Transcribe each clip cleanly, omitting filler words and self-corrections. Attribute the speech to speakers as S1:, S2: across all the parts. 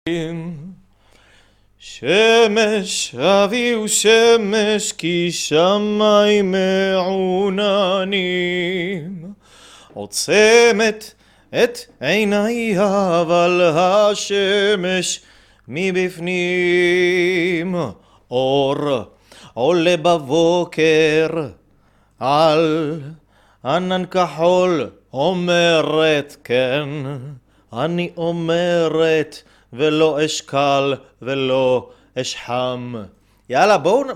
S1: שמש אביהו שמש כי שמיים מעוננים עוצמת את עיניי אבל השמש מבפנים אור עולה בבוקר על ענן כחול אומרת כן אני אומרת ולא אשקל ולא אשחם. יאללה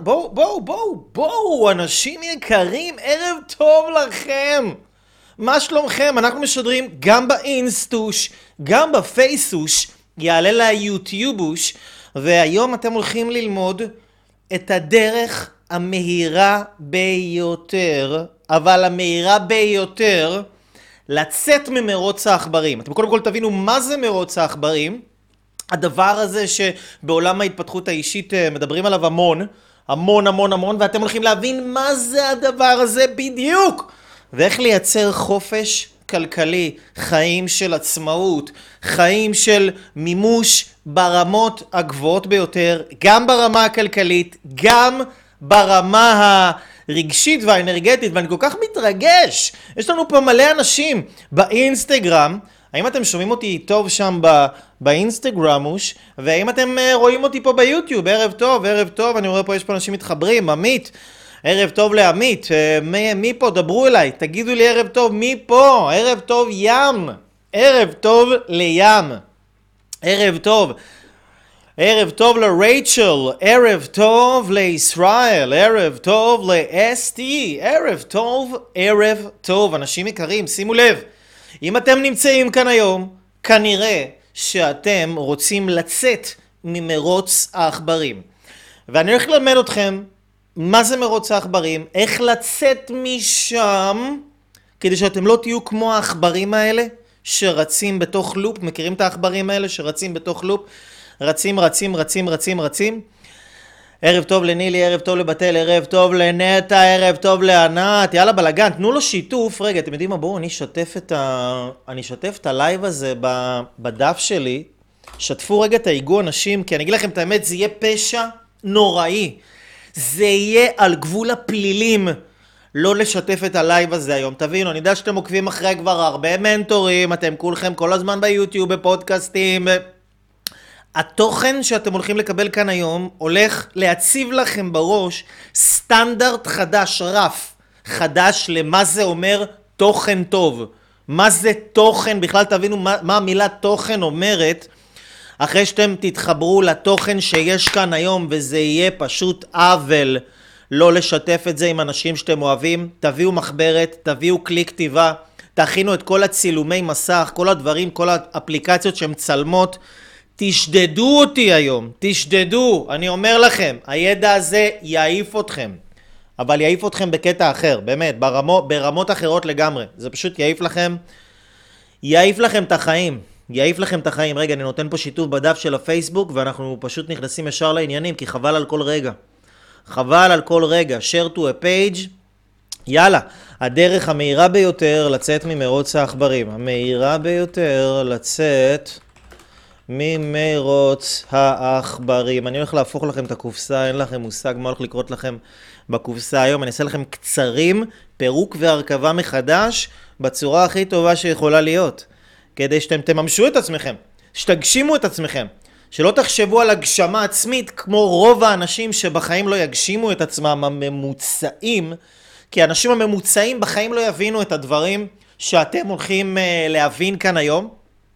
S1: בואו אנשים יקרים, ערב טוב לכם. מה שלומכם? אנחנו משדרים גם באינסטוש גם בפייסוש, יעלה ליוטיובוש, והיום אתם הולכים ללמוד את הדרך המהירה ביותר, אבל המהירה ביותר לצאת ממרוץ העכברים. אתם קודם כל תבינו מה זה מרוץ העכברים, הדבר הזה שבעולם ההתפתחות האישית מדברים עליו המון, ואתם הולכים להבין מה זה הדבר הזה בדיוק, ואיך לייצר חופש כלכלי, חיים של עצמאות, חיים של מימוש ברמות הגבוהות ביותר, גם ברמה הכלכלית, גם ברמה הרגשית והאנרגטית, ואני כל כך מתרגש. יש לנו פה מלא אנשים באינסטגרם. האם אתם שומעים אותי טוב שם באינסטגרמוש? והאם אתם רואים אותי פה ביוטיוב? ערב טוב, אני רואה פה יש פה אנשים מתחברים. עמית, ערב טוב לעמית. מי פה? דברו אליי, תגידו לי ערב טוב, מי פה? ערב טוב ים, ערב טוב לים, ערב טוב לרייצ'ל, ערב טוב לישראל, ערב טוב לאסטי, ערב טוב, אנשים יקרים, שימו לב, אם אתם נמצאים כאן היום, כנראה שאתם רוצים לצאת ממרוץ העכברים. ואני הולך ללמד אתכם מה זה מרוץ העכברים, איך לצאת משם, כדי שאתם לא תהיו כמו העכברים האלה שרצים בתוך לופ. מכירים את העכברים האלה שרצים בתוך לופ? רצים. ערב טוב לנילי, ערב טוב לבטל, ערב טוב לנטה, ערב טוב לענת. יאללה בלגן, תנו לו שיתוף. רגע, אתם יודעים מה? בואו אני אשתף את הלייב הזה בדף שלי. שתפו רגע, תהיגו אנשים, כי אני אגיד לכם את האמת, זה יהיה פשע נוראי, זה יהיה על גבול הפלילים לא לשתף את הלייב הזה היום. תבינו, אני יודע שאתם עוקבים אחרי כבר הרבה מנטורים, אתם כולכם כל הזמן ביוטיוב, בפודקאסטים. התוכן שאתם הולכים לקבל כאן היום הולך להציב לכם בראש סטנדרט חדש, רף חדש למה זה אומר תוכן טוב. מה זה תוכן? בכלל תבינו מה המילה תוכן אומרת אחרי שאתם תתחברו לתוכן שיש כאן היום, וזה יהיה פשוט עוול לא לשתף את זה עם אנשים שאתם אוהבים. תביאו מחברת, תביאו כלי כתיבה, תכינו את כל הצילומי מסך, כל הדברים, כל האפליקציות שמצלמות. תשדדו אותי היום, תשדדו, אני אומר לכם, הידע הזה יעיף אתכם, אבל יעיף אתכם בקטע אחר, באמת, ברמות אחרות לגמרי. זה פשוט יעיף לכם את החיים, רגע, אני נותן פה שיתוף בדף של הפייסבוק, ואנחנו פשוט נכנסים ישר לעניינים, כי חבל על כל רגע, share to a page. יאללה, הדרך המהירה ביותר לצאת ממרוץ העכברים, המהירה ביותר לצאת ממרוץ העכברים. אני הולך להפוך לכם את הקופסה, אין לכם מושג מה הולך לקרות לכם בקופסה היום. אני אעשה לכם קצרים, פירוק והרכבה מחדש בצורה הכי טובה שיכולה להיות, כדי שאתם תממשו את עצמכם, שתגשימו את עצמכם, שלא תחשבו על הגשמה עצמית כמו רוב האנשים שבחיים לא יגשימו את עצמם, הממוצעים, כי האנשים הממוצעים בחיים לא יבינו את הדברים שאתם הולכים להבין כאן היום.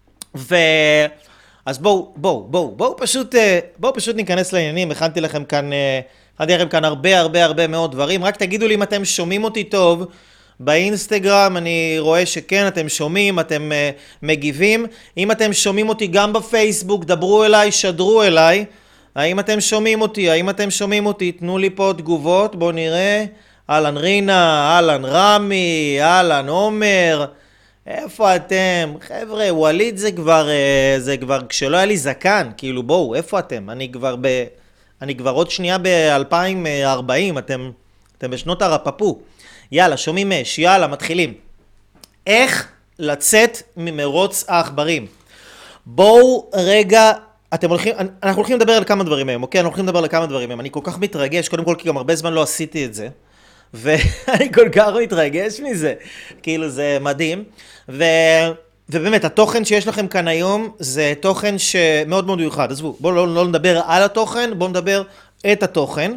S1: אז בואו פשוט ניכנס לעניינים. הכנתי לכם כאן הרבה מאוד דברים. רק תגידו לי אם אתם שומעים אותי טוב באינסטגרם. אני רואה שכן, אתם שומעים, אתם מגיבים. אם אתם שומעים אותי גם בפייסבוק, דברו אליי, שדרו אליי. האם אתם שומעים אותי? תנו לי פה תגובות, בואו נראה. אהלן רינה, אהלן רמי, אהלן עומר. איפה אתם? חבר'ה, ווליד זה כבר כשלא היה לי זקן, כאילו בואו, איפה אתם? אני כבר עוד שנייה ב-2040, אתם בשנות הרפפו. יאללה, שומעים מש, יאללה, מתחילים. איך לצאת ממרוץ העכברים? בואו רגע אנחנו הולכים לדבר על כמה דברים היום, אוקיי? אנחנו הולכים לדבר על כמה דברים היום. אני כל כך מתרגש, קודם כל כי גם הרבה זמן לא עשיתי את זה, ואני כל כך מתרגש מזה, כאילו זה מדהים. ובאמת, התוכן שיש לכם כאן היום זה תוכן שמאוד מאוד מיוחד. עזבו, בואו לא נדבר על התוכן, בואו נדבר את התוכן.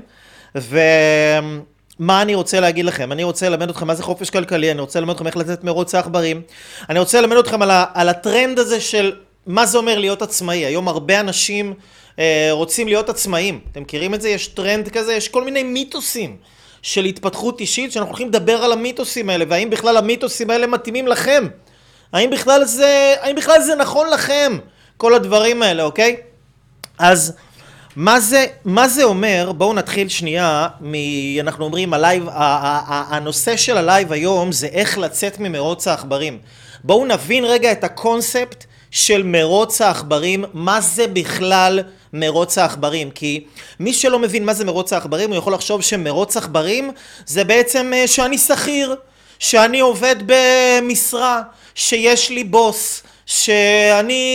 S1: ומה אני רוצה להגיד לכם? אני רוצה ללמד אתכם מה זה חופש כלכלי, אני רוצה ללמד אתכם איך לצאת מרוץ העכברים, אני רוצה ללמד אתכם על הטרנד הזה של מה זה אומר להיות עצמאי. היום הרבה אנשים רוצים להיות עצמאים. אתם מכירים את זה? יש טרנד כזה, יש כל מיני מיתוסים של התפתחות אישית, שאנחנו הולכים לדבר על המיתוסים האלה, והאם בכלל המיתוסים האלה מתאימים לכם? האם בכלל זה נכון לכם? כל הדברים האלה, אוקיי? אז מה זה אומר? בואו נתחיל שנייה, אנחנו אומרים הלייב, הנושא של הלייב היום זה איך לצאת ממרוץ העכברים. בואו נבין רגע את הקונספט של מרוץ העכברים, מה זה בכלל מרוץ העכברים, כי מי שלא מבין מה זה מרוץ העכברים, הוא יכול לחשוב שמרוץ העכברים זה בעצם שאני שכיר, שאני עובד במשרה, שיש לי בוס, שאני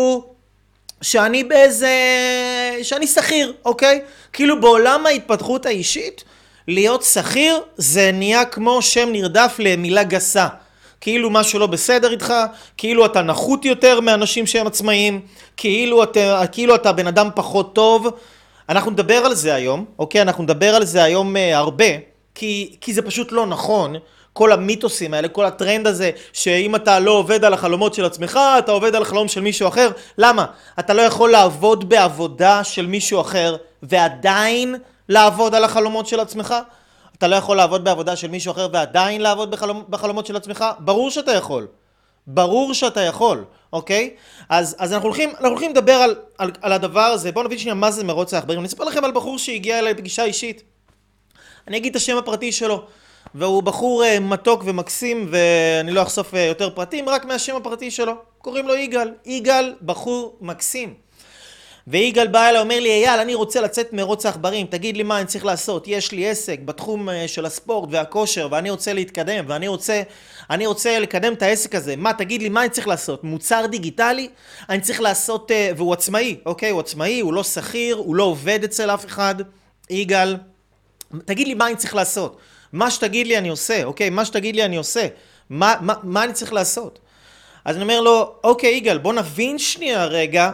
S1: שכיר, אוקיי? כאילו בעולם ההתפתחות האישית, להיות שכיר זה נהיה כמו שם נרדף למילה גסה. כאילו משהו לא בסדר איתך, כאילו אתה נחות יותר מאנשים שהם עצמאיים, כאילו אתה בן אדם פחות טוב. אנחנו נדבר על זה היום, אוקיי? אנחנו נדבר על זה היום הרבה, כי זה פשוט לא נכון. כל המיתוסים האלה, כל הטרנד הזה, שאם אתה לא עובד על החלומות של עצמך, אתה עובד על החלום של מישהו אחר. למה? אתה לא יכול לעבוד בעבודה של מישהו אחר, ועדיין לעבוד על החלומות של עצמך? אתה לא יכול לעבוד בעבודה של מישהו אחר ועדיין לעבוד בחלומות של עצמך? ברור שאתה יכול. ברור שאתה יכול, אוקיי? אז אנחנו הולכים לדבר על הדבר הזה. בואו נבין שנייה מה זה מרוץ העכברים. אני אספר לכם על בחור שהגיע אליי פגישה אישית. אני אגיד את השם הפרטי שלו. והוא בחור מתוק ומקסים, ואני לא אחשוף יותר פרטים, רק מהשם הפרטי שלו. קוראים לו יגאל. יגאל, בחור מקסים. ויגאל בא אליי, אומר לי, אייל, אני רוצה לצאת מרוץ העכברים, תגיד לי מה אני צריך לעשות. יש לי עסק בתחום של הספורט והכושר, ואני רוצה להתקדם, ואני רוצה לקדם את העסק הזה. מה, תגיד לי מה אני צריך לעשות? מוצר דיגיטלי? אני צריך לעשות, והוא עצמאי, אוקיי? הוא עצמאי, הוא לא שכיר, הוא לא עובד אצל אף אחד. יגאל, תגיד לי מה אני צריך לעשות. מה שתגיד לי אני עושה, אוקיי? מה שתגיד לי אני עושה. מה אני צריך לעשות? אז אני אומר לו, אוקיי, יגאל, בוא נבין שנייה רגע,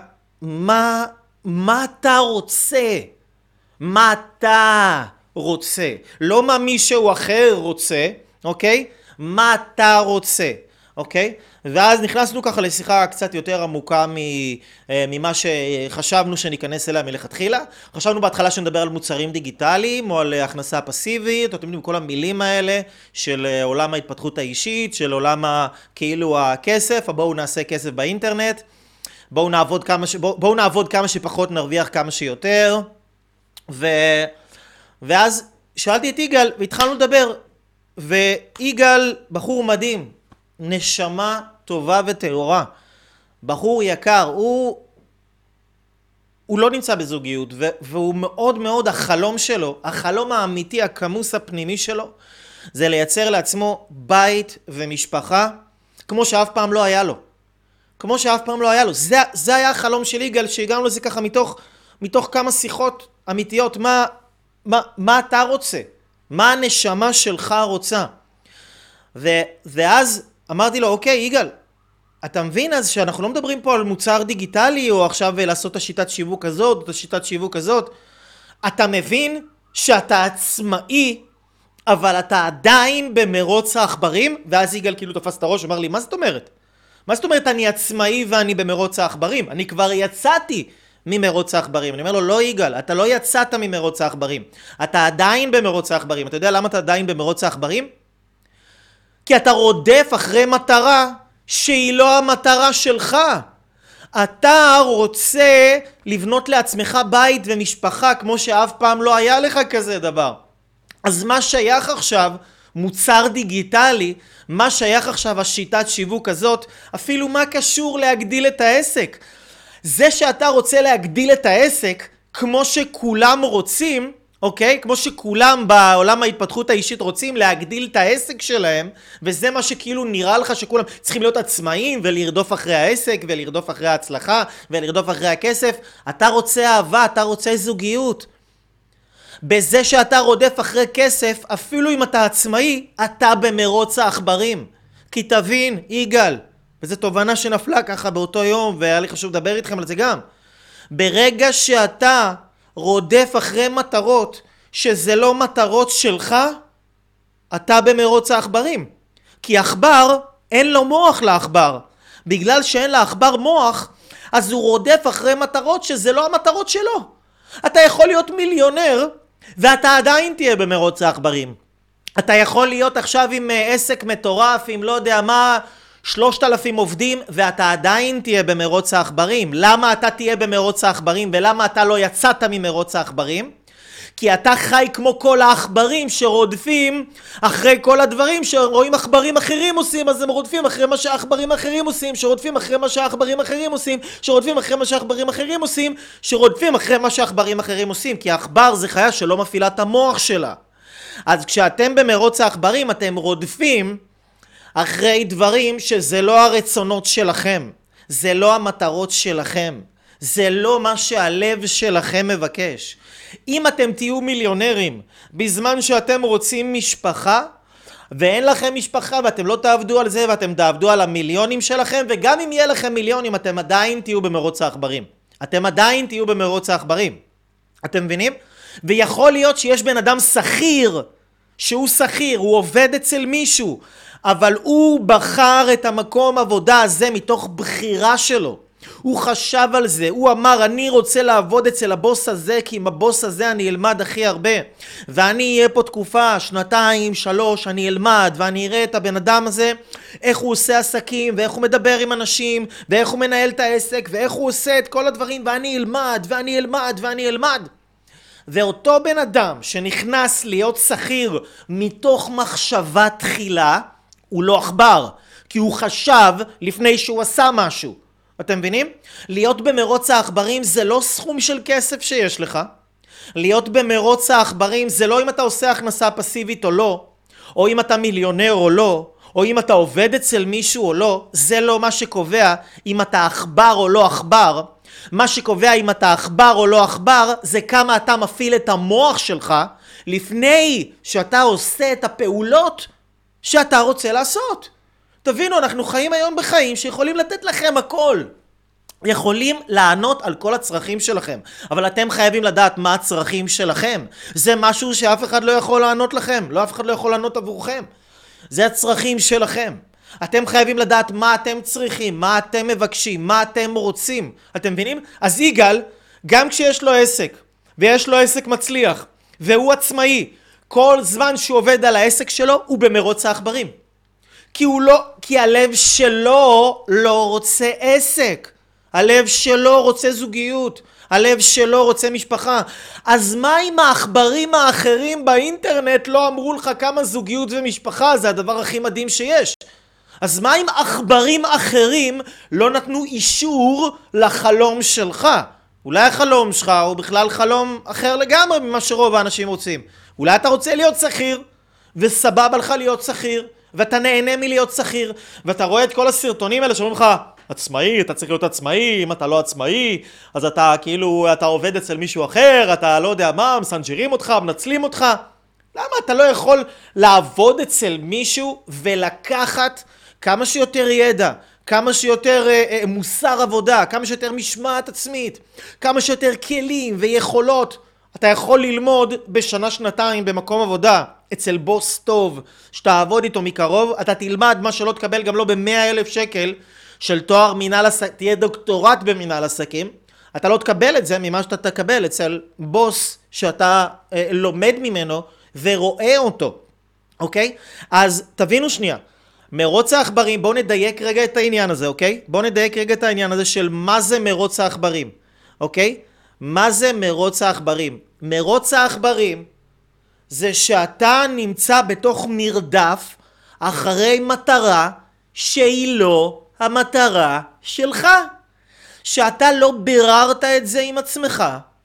S1: מה אתה רוצה? מה אתה רוצה? לא מה מישהו אחר רוצה, אוקיי? מה אתה רוצה, אוקיי? ואז נכנסנו ככה לשיחה קצת יותר עמוקה ממה שחשבנו שניכנס אליה מלכתחילה. חשבנו בהתחלה שנדבר על מוצרים דיגיטליים או על הכנסה פסיבית, אתם יודעים כל המילים האלה של עולם ההתפתחות האישית, של עולם כאילו הכסף, בואו נעשה כסף באינטרנט. בואו נעבוד כמה שפחות, נרוויח כמה שיותר. ואז שאלתי את יגאל והתחלנו לדבר. ויגאל בחור מדהים, נשמה טובה וטהורה, בחור יקר, הוא לא נמצא בזוגיות, והוא מאוד מאוד, החלום שלו, החלום האמיתי, הכמוס הפנימי שלו, זה לייצר לעצמו בית ומשפחה, כמו שאף פעם לא היה לו. כמו שאף פעם לא היה לו. זה היה החלום של יגאל, שהגענו לזה ככה מתוך כמה שיחות אמיתיות. מה אתה רוצה? מה הנשמה שלך רוצה? ואז אמרתי לו, אוקיי, יגאל, אתה מבין אז שאנחנו לא מדברים פה על מוצר דיגיטלי, או עכשיו לעשות את השיטת שיווק הזאת, או את השיטת שיווק הזאת. אתה מבין שאתה עצמאי, אבל אתה עדיין במרוץ העכברים? ואז יגאל כאילו תפס את הראש, אמר לי, מה זאת אומרת? מה זאת אומרת אני עצמאי ואני במרוץ העכברים? אני כבר יצאתי ממרוץ העכברים. אני אומר לו, לא יגאל, אתה לא יצאת ממרוץ העכברים. אתה עדיין במרוץ העכברים. אתה יודע למה אתה עדיין במרוץ העכברים? כי אתה רודף אחרי מטרה שהיא לא המטרה שלך. אתה רוצה לבנות לעצמך בית ומשפחה כמו שאף פעם לא היה לך כזה דבר. אז מה שייך עכשיו מוצר דיגיטלי? מה שייך עכשיו השיטת שיווק הזאת? אפילו מה קשור להגדיל את העסק? זה שאתה רוצה להגדיל את העסק כמו שכולם רוצים, אוקיי? כמו שכולם בעולם ההתפתחות האישית רוצים להגדיל את העסק שלהם, וזה מה שכאילו נראה לך שכולם צריכים להיות עצמאים ולרדוף אחרי העסק ולרדוף אחרי ההצלחה ולרדוף אחרי הכסף. אתה רוצה אהבה, אתה רוצה זוגיות. בזה שאתה רודף אחרי כסף, אפילו אם אתה עצמאי, אתה במרוץ העכברים. כי תבין, יגאל, וזו תובנה שנפלה ככה באותו יום, והיה לי חשוב לדבר איתכם על זה גם. ברגע שאתה רודף אחרי מטרות שזה לא מטרות שלך, אתה במרוץ העכברים. כי עכבר, אין לו מוח לעכבר. בגלל שאין לעכבר מוח, אז הוא רודף אחרי מטרות שזה לא המטרות שלו. אתה יכול להיות מיליונר, ואתה עדיין תהיה במרוץ העכברים. אתה יכול להיות עכשיו עם עסק מטורף, עם לא יודע מה, 3,000 עובדים, ואתה עדיין תהיה במרוץ העכברים. למה אתה תהיה במרוץ העכברים, ולמה אתה לא יצאת ממרוץ העכברים? כי אתה חי כמו כל העכברים שרודפים אחרי כל הדברים שרואים עכברים אחרים עושים, אז הם רודפים אחרי מה שהעכברים אחרים עושים, שרודפים אחרי מה שהעכברים אחרים עושים, שרודפים אחרי מה שהעכברים אחרים עושים, שרודפים אחרי מה שהעכברים אחרים עושים, כי העכבר זה חיה שלא מפעילה את המוח שלה. אז כשאתם במרוץ העכברים אתם רודפים אחרי דברים שזה לא הרצונות שלכם, זה לא המטרות שלכם, זה לא מה שהלב שלכם מבקש. אם אתם תהיו מיליונרים בזמן שאתם רוצים משפחה, ואין לכם משפחה ואתם לא תעבדו על זה ואתם תעבדו על המיליונים שלכם, וגם אם יהיה לכם מיליונים אתם עדיין תהיו במרוץ העכברים. אתם עדיין תהיו במרוץ העכברים. אתם מבינים? ויכול להיות שיש בן אדם שכיר, שהוא שכיר, הוא עובד אצל מישהו, אבל הוא בחר את המקום עבודה הזה מתוך בחירה שלו. הוא חשב על זה, הוא אמר אני רוצה לעבוד אצל הבוס הזה כי עם הבוס הזה אני אלמד הכי הרבה, ואני אהיה פה תקופה, 2, 3, אני אלמד ואני אראה את הבן אדם הזה איך הוא עושה עסקים ואיך הוא מדבר עם אנשים ואיך הוא מנהל את העסק ואיך הוא עושה את כל הדברים, ואני אלמד ואני אלמד ואני אלמד. ואותו בן אדם שנכנס להיות שכיר מתוך מחשבה תחילה הוא לא עכבר, כי הוא חשב לפני שהוא עשה משהו. אתם מבינים? להיות במרוץ העכברים זה לא סכום של כסף שיש לך. להיות במרוץ העכברים זה לא אם אתה עושה הכנסה פסיבית או לא, או אם אתה מיליונר או לא, או אם אתה עובד אצל מישהו או לא. זה לא מה שקובע אם אתה עכבר או לא עכבר. מה שקובע אם אתה עכבר או לא עכבר זה כמה אתה מפעיל את המוח שלך לפני שאתה עושה את הפעולות שאתה רוצה לעשות. תבינו, אנחנו חיים היום בחיים שיכולים לתת לכם הכל. יכולים לענות על כל הצרכים שלכם. אבל אתם חייבים לדעת מה הצרכים שלכם. זה משהו שאף אחד לא יכול לענות לכם. לא, אף אחד לא יכול לענות עבורכם. זה הצרכים שלכם. אתם חייבים לדעת מה אתם צריכים, מה אתם מבקשים, מה אתם רוצים. אתם מבינים? אז יגאל, גם כשיש לו עסק, ויש לו עסק מצליח, והוא עצמאי, כל זמן שהוא עובד על העסק שלו, הוא במרוץ העכברים. כי הלב שלו לא רוצה עסק. הלב שלו רוצה זוגיות. הלב שלו רוצה משפחה. אז מה אם העכברים האחרים באינטרנט לא אמרו לך כמה זוגיות ומשפחה? זה הדבר הכי מדהים שיש. אז מה אם עכברים אחרים לא נתנו אישור לחלום שלך? אולי החלום שלך הוא בכלל חלום אחר לגמרי ממה שרוב האנשים רוצים. אולי אתה רוצה להיות שכיר, וסבבה לך להיות שכיר, ואתה נהנה מלהיות שכיר, ואתה רואה את כל הסרטונים האלה שאומרים לך, עצמאי, אתה צריך להיות עצמאי, אם אתה לא עצמאי, אז אתה כאילו, אתה עובד אצל מישהו אחר, אתה לא יודע מה, מסנג'רים אותך, מנצלים אותך. למה אתה לא יכול לעבוד אצל מישהו ולקחת כמה שיותר ידע, כמה שיותר מוסר עבודה, כמה שיותר משמעת עצמית, כמה שיותר כלים ויכולות? אתה יכול ללמוד בשנה, שנתיים במקום עבודה אצל בוס טוב שתעבוד איתו מקרוב, אתה תלמד מה שלא תקבל גם לא ב100,000 שקל של תואר מנהל עסקים, תהיה דוקטורט במנהל עסקים, אתה לא תקבל את זה ממה שאתה תקבל אצל בוס שאתה לומד ממנו ורואה אותו. אוקיי? אז תבינו שנייה, מרוץ העכברים, בואו נדייק רגע את העניין הזה, אוקיי? בואו נדייק רגע את העניין הזה של מה זה מרוץ העכברים, אוקיי? מה זה מרוץ העכברים? מרוץ העכברים זה שאתה נמצא בתוך מרדף אחרי מטרה שהיא לא המטרה שלך. שאתה לא ביררת את זה עם עצמך,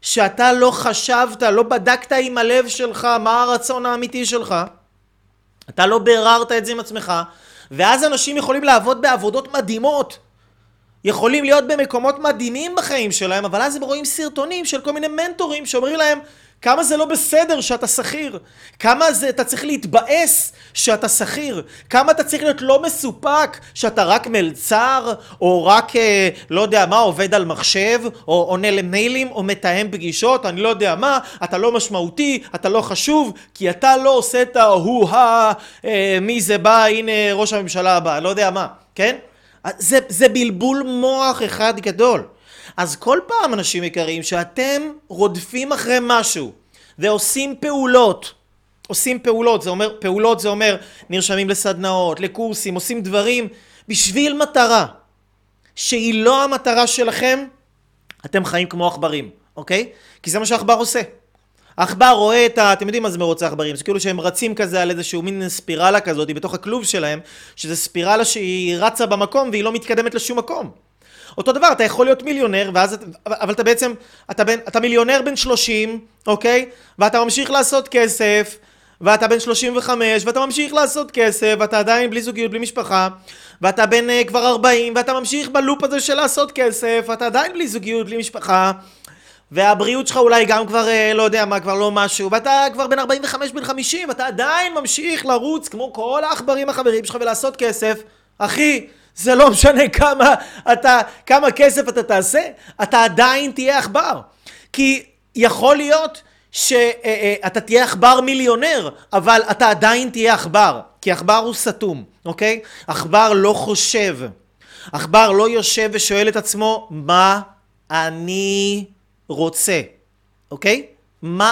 S1: שאתה לא חשבת, לא בדקת עם הלב שלך מה הרצון האמיתי שלך, אתה לא ביררת את זה עם עצמך, ואז אנשים יכולים לעבוד בעבודות מדהימות, יכולים להיות במקומות מדהימים בחיים שלהם, אבל אז הם רואים סרטונים של כל מיני מנטורים שאומרים להם כמה זה לא בסדר שאתה שכיר, כמה אתה צריך להתבאס שאתה שכיר, כמה אתה צריך להיות לא מסופק שאתה רק מלצר, או רק לא יודע מה, עובד על מחשב, או עונה למיילים, או מתאם פגישות, אני לא יודע מה, אתה לא משמעותי, אתה לא חשוב, כי אתה לא עושה את מי זה בא, הנה ראש הממשלה הבא, לא יודע מה, כן? זה בלבול מוח אחד גדול. אז כל פעם אנשים יקרים שאתם רודפים אחרי משהו ועושים פעולות, זה אומר נרשמים לסדנאות, לקורסים, עושים דברים בשביל מטרה שהיא לא המטרה שלכם, אתם חיים כמו עכברים, אוקיי? כי זה מה שהעכבר עושה. העכבר רואה אתם יודעים מה זה מרוץ העכברים, זה כאילו שהם רצים כזה על איזשהו מין ספירלה כזאת בתוך הכלוב שלהם, שזה ספירלה שהיא רצה במקום והיא לא מתקדמת לשום מקום. אותו דבר, אתה יכול להיות מיליונר, אבל אתה בעצם, אתה מיליונר בן 30, אוקיי? ואתה ממשיך לעשות כסף, ואתה בן 35, ואתה ממשיך לעשות כסף, ואתה עדיין בלי זוגיות, בלי משפחה, ואתה בן כבר 40, ואתה ממשיך בלופ הזה של לעשות כסף, ואתה עדיין בלי זוגיות, בלי משפחה, והבריאות שלך אולי גם כבר לא יודע מה, כבר לא משהו, ואתה כבר בן 45, בן 50, ואתה עדיין ממשיך לרוץ כמו כל העכברים החברים שלך ולעשות כסף. אחי, זה לא משנה כמה כסף אתה תעשה, אתה עדיין תהיה עכבר. כי יכול להיות שאתה תהיה עכבר מיליונר, אבל אתה עדיין תהיה עכבר, כי עכבר הוא סתום, אוקיי? עכבר לא חושב, עכבר לא יושב ושואל את עצמו מה אני רוצה, אוקיי? מה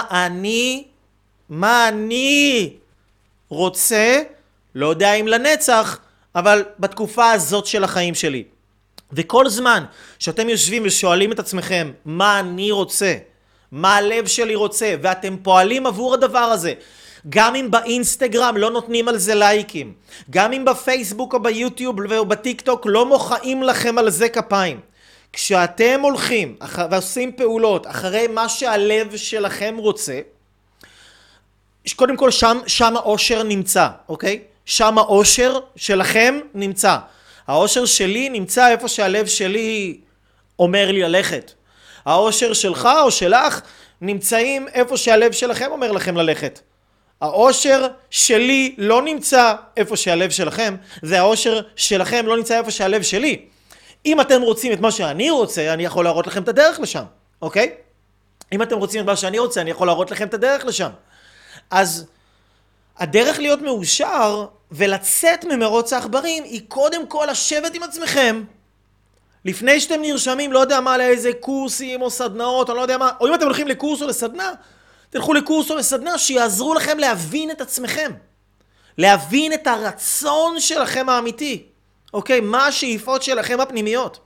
S1: אני רוצה, לא יודע אם לנצח, אבל בתקופה הזאת של החיים שלי. וכל זמן שאתם יושבים ושואלים את עצמכם מה אני רוצה, מה הלב שלי רוצה, ואתם פועלים עבור הדבר הזה, גם אם באינסטגרם לא נותנים על זה לייקים, גם אם בפייסבוק או ביוטיוב או בטיקטוק לא מוחאים לכם על זה כפיים, כשאתם הולכים ועושים פעולות אחרי מה שהלב שלכם רוצה, קודם כל שם האושר נמצא, אוקיי? שם האושר שלכם נמצא. האושר שלי נמצא איפה שהלב שלי אומר לי ללכת. האושר שלך או שלך נמצאים איפה שהלב שלכם אומר לכם ללכת. האושר שלי לא נמצא איפה שהלב שלכם, והאושר שלכם לא נמצא איפה שהלב שלי. אם אתם רוצים את מה שאני רוצה, אני יכול להראות לכם את הדרך לשם, אוקיי? אם אתם רוצים את מה שאני רוצה, אני יכול להראות לכם את הדרך לשם. אז הדרך להיות מאושר ולצאת ממרוץ העכברים היא קודם כל לשבת עם עצמכם. לפני שאתם נרשמים, לא יודע מה, לאיזה קורסים או סדנאות, או לא יודע מה, או אם אתם הולכים לקורס או לסדנה, תלכו לקורס או לסדנה שיעזרו לכם להבין את עצמכם. להבין את הרצון שלכם האמיתי. אוקיי? מה השאיפות שלכם הפנימיות.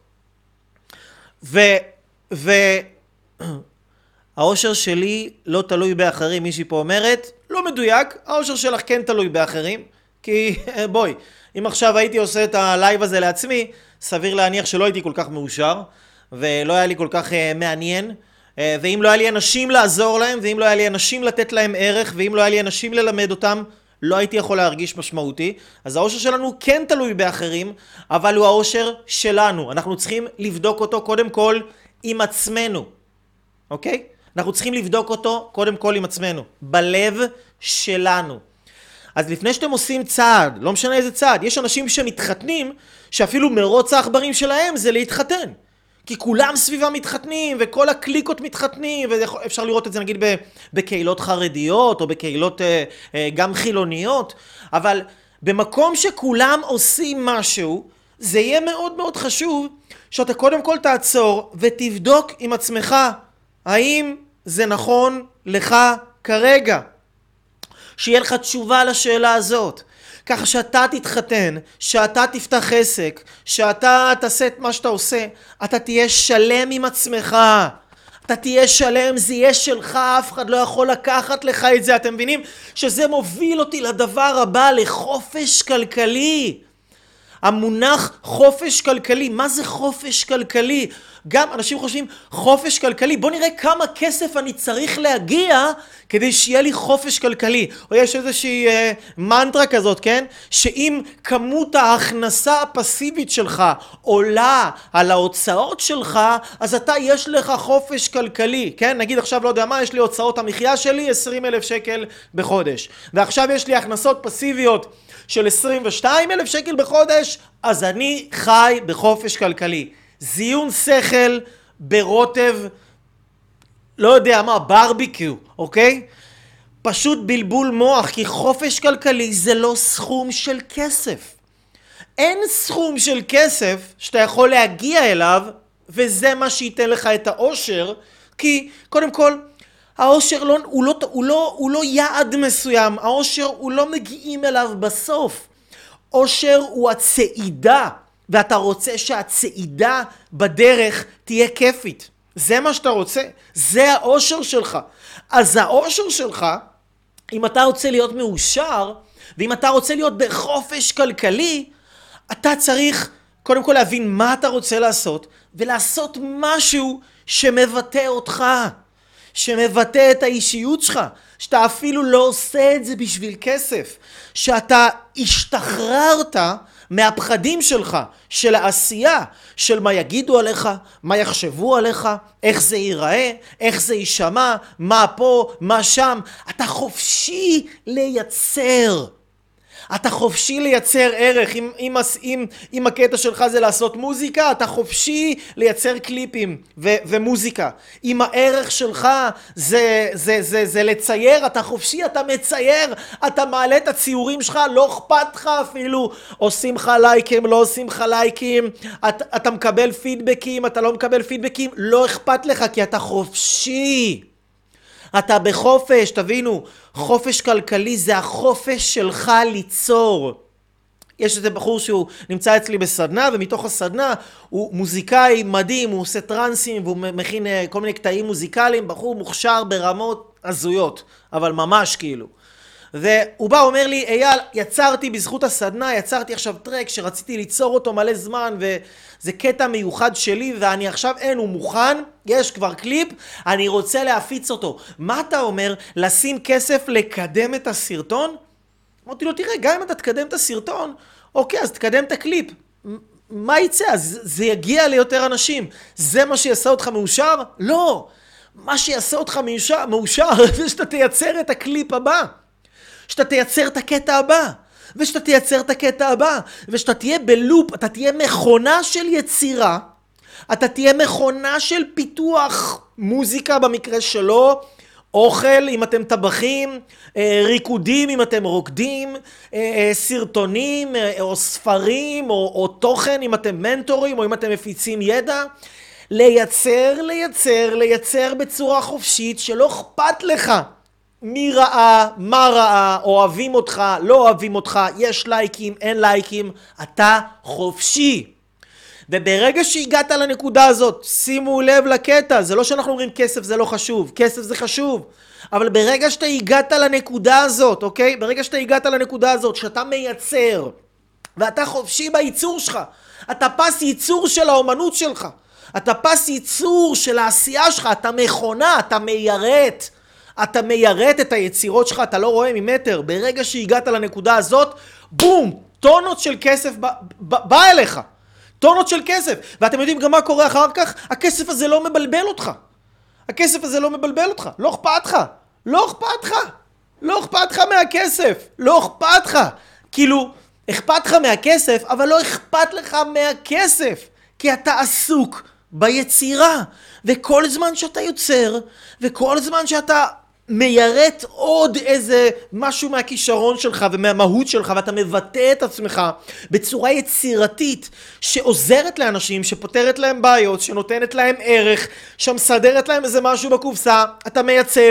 S1: האושר שלי לא תלוי באחרים, מישהי פה אומרת, לא מדויק, האושר שלך כן תלוי באחרים, כי בואי, אם עכשיו הייתי עושה את הלייב הזה לעצמי, סביר להניח שלא הייתי כל כך מאושר, ולא היה לי כל כך מעניין, ואם לא היה לי אנשים לעזור להם, ואם לא היה לי אנשים לתת להם ערך, ואם לא היה לי אנשים ללמד אותם, לא הייתי יכול להרגיש משמעותי. אז האושר שלנו כן תלוי באחרים, אבל הוא האושר שלנו. אנחנו צריכים לבדוק אותו קודם כל עם עצמנו. אוקיי? אנחנו צריכים לבדוק אותו קודם כל עם עצמנו. בלב שלנו. אז לפני שאתם עושים צעד, לא משנה איזה צעד, יש אנשים שמתחתנים, שאפילו מרוץ העכברים שלהם זה להתחתן. כי כולם סביבם מתחתנים, וכל הקליקות מתחתנים, ואפשר לראות את זה נגיד בקהילות חרדיות, או בקהילות גם חילוניות, אבל במקום שכולם עושים משהו, זה יהיה מאוד מאוד חשוב, שאתה קודם כל תעצור, ותבדוק עם עצמך, האם זה נכון לך כרגע. שיהיה לך תשובה לשאלה הזאת. ככה שאתה תתחתן, שאתה תפתח עסק, שאתה תעשה את מה שאתה עושה, אתה תהיה שלם עם עצמך. אתה תהיה שלם, זה יהיה שלך, אף אחד לא יכול לקחת לך את זה. אתם מבינים שזה מוביל אותי לדבר הבא, לחופש כלכלי. המונח חופש כלכלי, מה זה חופש כלכלי? גם אנשים חושבים חופש כלכלי, בוא נראה כמה כסף אני צריך להגיע כדי שיהיה לי חופש כלכלי. או יש איזושהי מנטרה כזאת, כן? שאם כמות ההכנסה הפסיבית שלך עולה על ההוצאות שלך, אז יש לך חופש כלכלי, כן? נגיד עכשיו לא יודע מה, יש לי הוצאות המחיה שלי 20,000 שקל בחודש, ועכשיו יש לי הכנסות פסיביות של 22,000 שקל בחודש, אז אני חי בחופש כלכלי. זיון שכל ברוטב, לא יודע מה, ברביקיו, אוקיי? פשוט בלבול מוח, כי חופש כלכלי זה לא סכום של כסף. אין סכום של כסף שאתה יכול להגיע אליו, וזה מה שייתן לך את האושר, כי קודם כל, האושר הוא לא יעד מסוים, האושר הוא לא מגיעים אליו בסוף. אושר הוא הצעידה, ואתה רוצה שהצעידה בדרך תהיה כיפית. זה מה שאתה רוצה, זה האושר שלך. אז האושר שלך, אם אתה רוצה להיות מאושר, ואם אתה רוצה להיות בחופש כלכלי, אתה צריך קודם כל להבין מה אתה רוצה לעשות, ולעשות משהו שמבטא אותך, שמבטא את האישיות שלך, שאתה אפילו לא עושה את זה בשביל כסף, שאתה השתחררת מהפחדים שלך, של העשייה, של מה יגידו עליך, מה יחשבו עליך, איך זה ייראה, איך זה יישמע, מה פה, מה שם. אתה חופשי לייצר. אתה חופשי לייצר ערך. אם הקטע שלך זה לעשות מוזיקה, אתה חופשי לייצר קליפים ומוזיקה. אם הערך שלך זה לצייר, אתה חופשי, אתה מצייר, אתה מעלה את הציורים שלך, לא אכפת לך אפילו, עושים לך לייקים, לא עושים לך לייקים, אתה מקבל פידבקים, אתה לא מקבל פידבקים, לא אכפת לך, כי אתה חופשי. אתה בחופש, תבינו, חופש כלכלי זה החופש שלך ליצור. יש איזה בחור שהוא נמצא אצלי בסדנה, ומתוך הסדנה הוא מוזיקאי מדהים, הוא עושה טרנסים, והוא מכין כל מיני קטעים מוזיקליים, בחור מוכשר ברמות הזויות, אבל ממש כאילו. והוא בא, אומר לי, אייל, יצרתי בזכות הסדנה, יצרתי עכשיו טרק שרציתי ליצור אותו מלא זמן, וזה קטע מיוחד שלי, ואני עכשיו הוא מוכן, יש כבר קליפ, אני רוצה להפיץ אותו. מה אתה אומר? לשים כסף לקדם את הסרטון? אמרתי לו, תראה, גם אם אתה תקדם את הסרטון, אוקיי, אז תקדם את הקליפ. מה יצא? אז זה יגיע ליותר אנשים. זה מה שיעשה אותך מאושר? לא. מה שיעשה אותך מאושר זה שאתה תייצר את הקליפ הבא. שאתה תייצר את הקטע הבא, ושאתה תייצר את הקטע הבא, ושאתה תהיה בלופ, אתה תהיה מכונה של יצירה, אתה תהיה מכונה של פיתוח מוזיקה במקרה שלו, אוכל אם אתם טבחים, ריקודים אם אתם רוקדים, סרטונים או ספרים או תוכן אם אתם מנטורים או אם אתם מפיצים ידע, לייצר בצורה חופשית שלא אכפת לך. מי ראה, מה ראה, אוהבים אותך, לא אוהבים אותך, יש לייקים, אין לייקים, אתה חופשי. וברגע שהגעת לנקודה הזאת, שימו לב לקטע, זה לא שאנחנו אומרים כסף זה לא חשוב, כסף זה חשוב, אבל ברגע שאתה הגעת לנקודה הזאת, אוקיי? ברגע שאתה הגעת לנקודה הזאת, שאתה מייצר, ואתה חופשי בייצור שלך, אתה פס ייצור של האומנות שלך, אתה פס ייצור של העשייה שלך, אתה מכונה, אתה מיירט, אתה מיירט את היצירות שלך, אתה לא רואה ממטר. ברגע שהגעת לנקודה הזאת, בום, טונות של כסף בא אליך. טונות של כסף. ואתם יודעים גם מה קורה אחר כך? הכסף הזה לא מבלבל אותך. הכסף הזה לא מבלבל אותך. לא אכפת לך. לא אכפת לך. לא אכפת לך מהכסף. לא אכפת לך. כאילו, אכפת לך מהכסף, אבל לא אכפת לך מהכסף. כי אתה עסוק ביצירה. וכל זמן שאתה יוצר, וכל זמן שאתה מיירט עוד איזה משהו מהכישרון שלך ומהמהות שלך, ואתה מבטא את עצמך בצורה יצירתית שעוזרת לאנשים, שפותרת להם בעיות, שנותנת להם ערך, שמסדרת להם איזה משהו בקופסה, אתה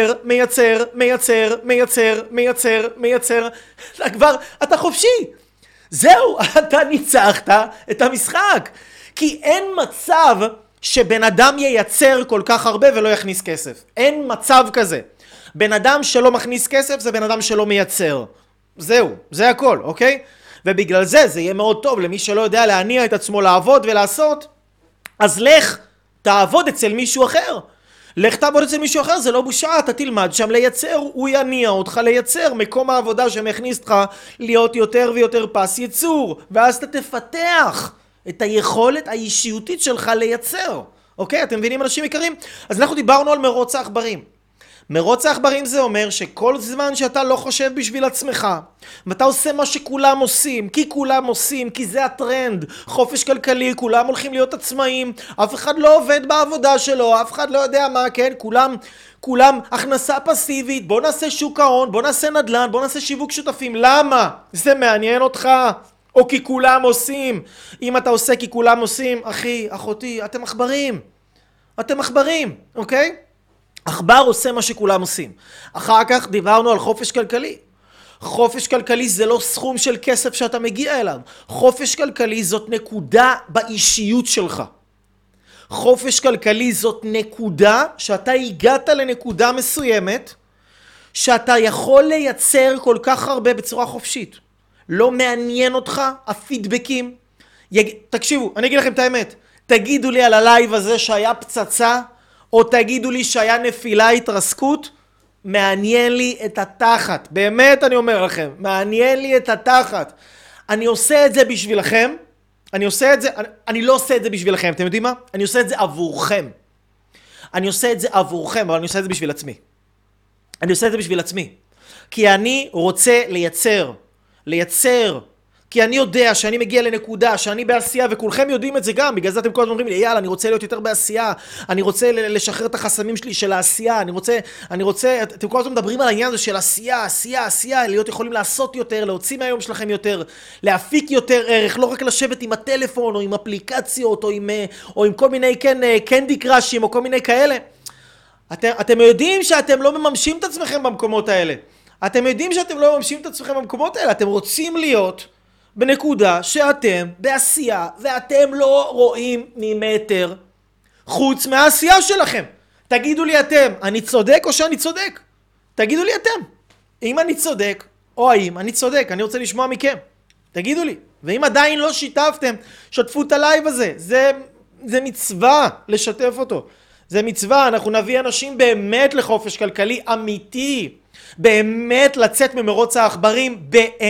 S1: מייצר, אתה חופשי. זהו, אתה ניצחת את המשחק. כי אין מצב שבן אדם ייצר כל כך הרבה ולא יכניס כסף. אין מצב כזה. בן אדם שלא מכניס כסף זה בן אדם שלא מייצר. זהו, זה הכל, אוקיי? ובגלל זה יהיה מאוד טוב למי שלא יודע להניע את עצמו לעבוד ולעשות. אז לך, תעבוד אצל מישהו אחר. לך תעבוד אצל מישהו אחר, זה לא בושה, אתה תלמד שם לייצר, הוא יניע אותך לייצר, מקום העבודה שמכניס אותך להיות יותר ויותר פס ייצור, ואז אתה תפתח את היכולת האישיותית שלך לייצר. אוקיי? אתם מבינים אנשים יקרים? אז אנחנו דיברנו על מרוץ העכברים. מרוץ העכברים זה אומר שכל זמן שאתה לא חושב בשביל עצמך, ואתה עושה מה שכולם עושים, כי כולם עושים, כי זה הטרנד, חופש כלכלי, כולם הולכים להיות עצמאים, אף אחד לא עובד בעבודה שלו, אף אחד לא יודע מה, כן? כולם הכנסה פסיבית, בוא נעשה שוק ההון, בוא נעשה נדל"ן, בוא נעשה שיווק שותפים. למה? זה מעניין אותך? או כי כולם עושים? אם אתה עושה כי כולם עושים, אחי, אחותי, אתם עכברים. אתם עכברים, אוקיי? עכבר עושה מה שכולם עושים. אחר כך דיברנו על חופש כלכלי. חופש כלכלי זה לא סכום של כסף שאתה מגיע אליו. חופש כלכלי זאת נקודה באישיות שלך. חופש כלכלי זאת נקודה שאתה הגעת לנקודה מסוימת, שאתה יכול לייצר כל כך הרבה בצורה חופשית. לא מעניין אותך הפידבקים. תקשיבו, אני אגיד לכם את האמת. תגידו לי על הלייב הזה שהיה פצצה, או תגידו לי שהיה נפילה, התרסקות, מעניין לי את התחת. באמת אני אומר לכם, מעניין לי את התחת. אני עושה את זה בשבילכם. אני לא עושה את זה בשבילכם, אתם יודעים מה? אני עושה את זה עבורכם. אני עושה את זה עבורכם, אבל אני עושה את זה בשביל עצמי. אני עושה את זה בשביל עצמי. כי אני רוצה לייצר. כי אני יודע שאני מגיע לנקודה, שאני בעשייה, וכולכם יודעים את זה גם, בגלל זה אתם כל הזמן אומרים לי, יאללה, אני רוצה להיות יותר בעשייה, אני רוצה לשחרר את החסמים שלי של העשייה, אני רוצה, אתם כל הזמן מדברים על העניין הזה של עשייה, להיות יכולים לעשות יותר, להוציא מהיום שלכם יותר, להפיק יותר ערך, לא רק לשבת עם הטלפון, או עם אפליקציות, או עם כל מיני, קנדי קראשים, או כל מיני כאלה. אתם יודעים שאתם לא מממשים את עצמכם במקומות האלה. אתם רוצים להיות בנקודה שאתם בעשייה, ואתם לא רואים ממטר חוץ מהעשייה שלכם. תגידו לי אתם, אני צודק או שאני צודק? תגידו לי אתם, אם אני צודק או האם אני צודק, אני רוצה לשמוע מכם. תגידו לי, ואם עדיין לא שיתפתם, שתפו את הלייב הזה, זה מצווה לשתף אותו. זה מצווה, אנחנו נביא אנשים באמת לחופש כלכלי אמיתי, באמת לצאת ממרוץ העכברים,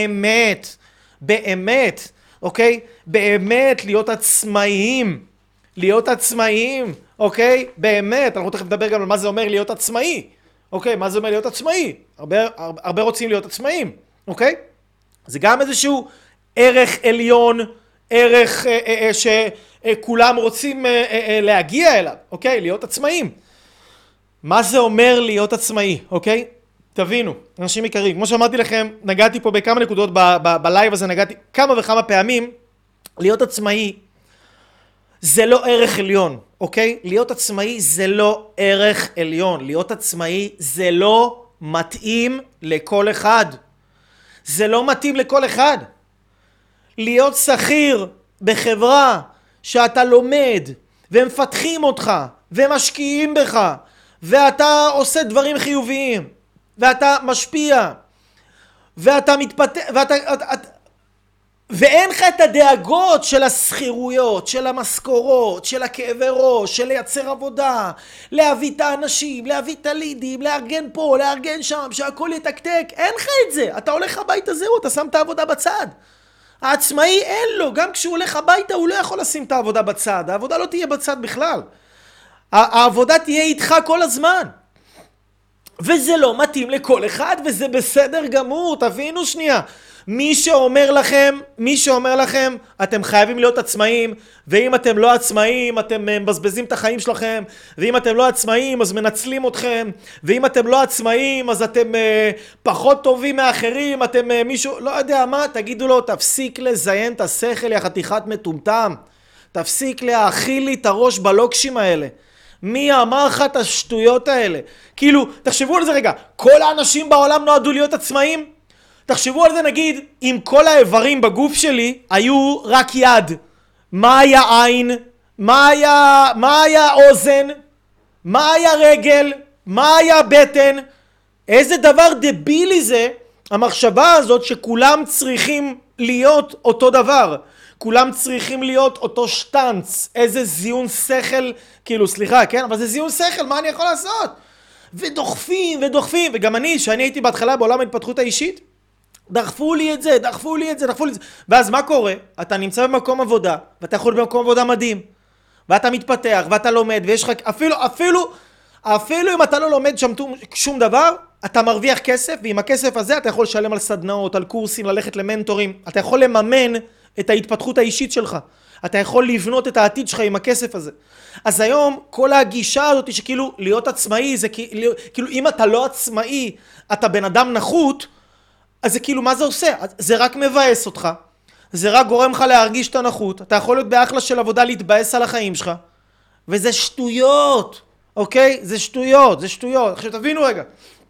S1: באמת, אוקיי? באמת להיות עצמאיים, אוקיי? באמת, אנחנו תכף נדבר גם על מה זה אומר להיות עצמאי, אוקיי? מה זה אומר להיות עצמאי? הרבה רוצים להיות עצמאיים, אוקיי? זה גם איזשהו ערך עליון, ערך שכולם רוצים להגיע אליו, אוקיי? להיות עצמאיים. מה זה אומר להיות עצמאי, אוקיי? תבינו, אנשים יקרים, כמו שאמרתי לכם, נגעתי פה בכמה נקודות בלייב הזה, נגעתי כמה וכמה פעמים. להיות עצמאי זה לא ערך עליון, אוקיי? להיות עצמאי זה לא ערך עליון. להיות עצמאי זה לא מתאים לכל אחד. להיות שכיר בחברה שאתה לומד ומפתחים אותך ומשקיעים בך ואתה עושה דברים חיוביים ואתה משפיע ואתה מתפתח ואין לך את הדאגות של הסחירויות, של המשכורות, של הכאבי ראש, של לייצר עבודה, להביא את האנשים, להביא את הלידים, לארגן פה, לארגן שם, שהכל יתקתק. אין לך את זה. אתה הולך הביתה, זהו, אתה שם את העבודה בצד. העצמאי אין לו, גם כשהוא הולך הביתה הוא לא יכול לשים את העבודה בצד. העבודה לא תהיה בצד בכלל. העבודה תהיה איתך כל הזמן. וזה לא מתאים לכל אחד, וזה בסדר גמור, תבינו שנייה. מי שאומר לכם, אתם חייבים להיות עצמאים, ואם אתם לא עצמאים, אתם מבזבזים את החיים שלכם, ואם אתם לא עצמאים, אז מנצלים אתכם, ואם אתם לא עצמאים, אז אתם פחות טובים מאחרים, אתם מישהו, לא יודע מה, תגידו לו, תפסיק לזיין את השכל, יא חתיכת מטומטם, תפסיק להאכיל לי את הראש בלוקשים האלה. מי אמר לך את השטויות האלה? כאילו, תחשבו על זה רגע, כל האנשים בעולם נועדו להיות עצמאים? תחשבו על זה, נגיד, אם כל האיברים בגוף שלי היו רק יד, מה היה עין? מה היה אוזן? מה היה רגל? מה היה בטן? איזה דבר דבילי זה המחשבה הזאת שכולם צריכים להיות אותו דבר. כולם צריכים להיות אותו שטנץ, איזה זיון שכל, כאילו סליחה, כן? אבל זה זיון שכל, מה אני יכול לעשות? ודוחפים ודוחפים, וגם אני, שאני הייתי בהתחלה בעולם ההתפתחות האישית, דחפו לי את זה, ואז מה קורה? אתה נמצא במקום עבודה, ואתה יכול במקום עבודה מדהים, ואתה מתפתח, ואתה לומד, ויש לך, אפילו אם אתה לא לומד שם שום דבר, אתה מרוויח כסף, ועם הכסף הזה אתה יכול לשלם על סדנאות, על קורסים, ללכת למנטורים, אתה יכול לממן את ההתפתחות האישית שלך, אתה יכול לבנות את העתיד שלך עם הכסף הזה. אז היום כל הגישה הזאת שכאילו להיות עצמאי, זה כאילו אם אתה לא עצמאי, אתה בן אדם נחות, אז זה כאילו מה זה עושה? זה רק מבאס אותך, זה רק גורם לך להרגיש את הנחות, אתה יכול להיות באחלה של עבודה להתבאס על החיים שלך, וזה שטויות, אוקיי? זה שטויות. עכשיו תבינו רגע,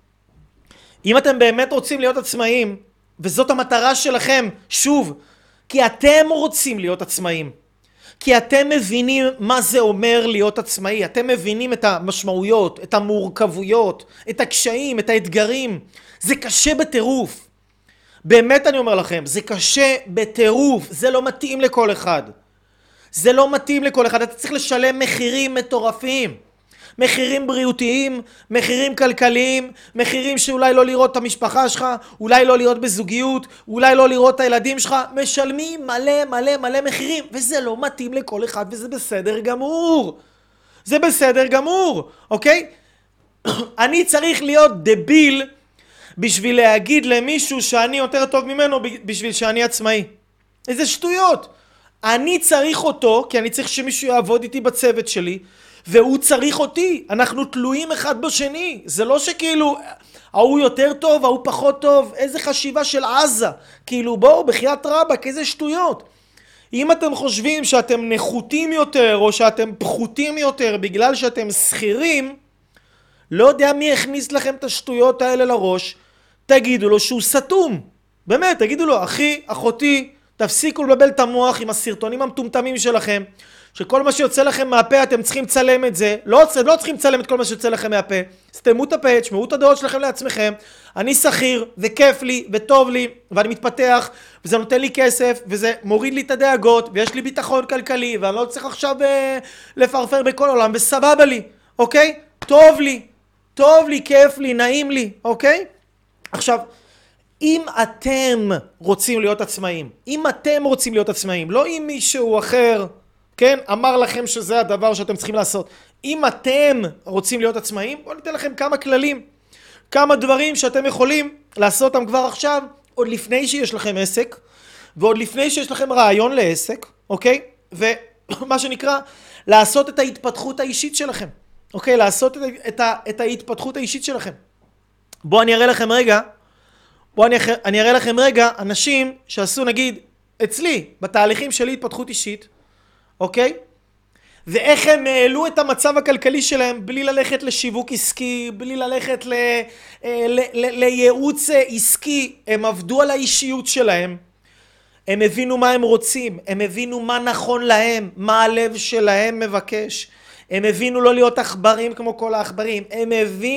S1: אם אתם באמת רוצים להיות עצמאים, וזאת המטרה שלכם, שוב, כי אתם רוצים להיות עצמאים, כי אתם מבינים מה זה אומר להיות עצמאי, אתם מבינים את המשמעויות, את המורכבויות, את הקשיים, את האתגרים, זה קשה בטירוף. באמת אני אומר לכם, זה קשה בטירוף, זה לא מתאים לכל אחד. זה לא מתאים לכל אחד, אתה צריך לשלם מחירים מטורפים. מחירים בריאותיים, מחירים כלכליים, מחירים שאולי לא לראות את המשפחה שלך, אולי לא להיות בזוגיות, אולי לא לראות את הילדים שלך, משלמים מלא מחירים, וזה לא מתאים לכל אחד, וזה בסדר גמור. זה בסדר גמור, אוקיי? אני צריך להיות דביל בשביל להגיד למישהו שאני יותר טוב ממנו בשביל שאני עצמאי. איזה שטויות. אני צריך אותו, כי אני צריך שמישהו יעבוד איתי בצוות שלי, והוא צריך אותי. אנחנו תלויים אחד בשני. זה לא שכאילו, ההוא יותר טוב, ההוא פחות טוב. איזה חשיבה של עזה. כאילו בואו, בחיית רבאק, איזה שטויות. אם אתם חושבים שאתם נחותים יותר, או שאתם פחותים יותר, בגלל שאתם שכירים, לא יודע מי הכניס לכם את השטויות האלה לראש, תגידו לו שהוא סתום. באמת, תגידו לו, אחי, אחותי, תפסיקו לבלבל את המוח עם הסרטונים המטומטמים שלכם, שכל מה שיוצא לכם מהפה אתם צריכים לצלם את זה. לא צריכים לצלם את כל מה שיוצא לכם מהפה. סתמו את הפה, תשמעו את הדעות שלכם לעצמכם. אני שכיר, וכיף לי, וטוב לי, ואני מתפתח, וזה נותן לי כסף, וזה מוריד לי את הדאגות, ויש לי ביטחון כלכלי, ואני לא צריך עכשיו לפרפר בכל עולם, וסבבה לי, אוקיי? טוב לי, כיף לי, נעים לי, אוקיי? עכשיו, אם אתם רוצים להיות עצמאים, לא אם מישהו אחר, כן, אמר לכם שזה הדבר שאתם צריכים לעשות. אם אתם רוצים להיות עצמאים, בואו ניתן לכם כמה כללים, כמה דברים שאתם יכולים לעשות אותם כבר עכשיו, עוד לפני שיש לכם עסק, ועוד לפני שיש לכם רעיון לעסק, אוקיי? ומה שנקרא, לעשות את ההתפתחות האישית שלכם, אוקיי? לעשות את ההתפתחות האישית שלכם. בואו אני אראה לכם רגע אנשים שעשו, נגיד, אצלי, בתהליכים שלי התפתחות אישית, אוקיי? ואיך הם העלו את המצב הכלכלי שלהם בלי ללכת לשיווק עסקי, בלי ללכת לייעוץ עסקי. הם עבדו על האישיות שלהם, הם הבינו מה הם רוצים, הם הבינו מה נכון להם, מה הלב שלהם מבקש, הם הבינו לא להיות עכברים כמו כל העכברים, הם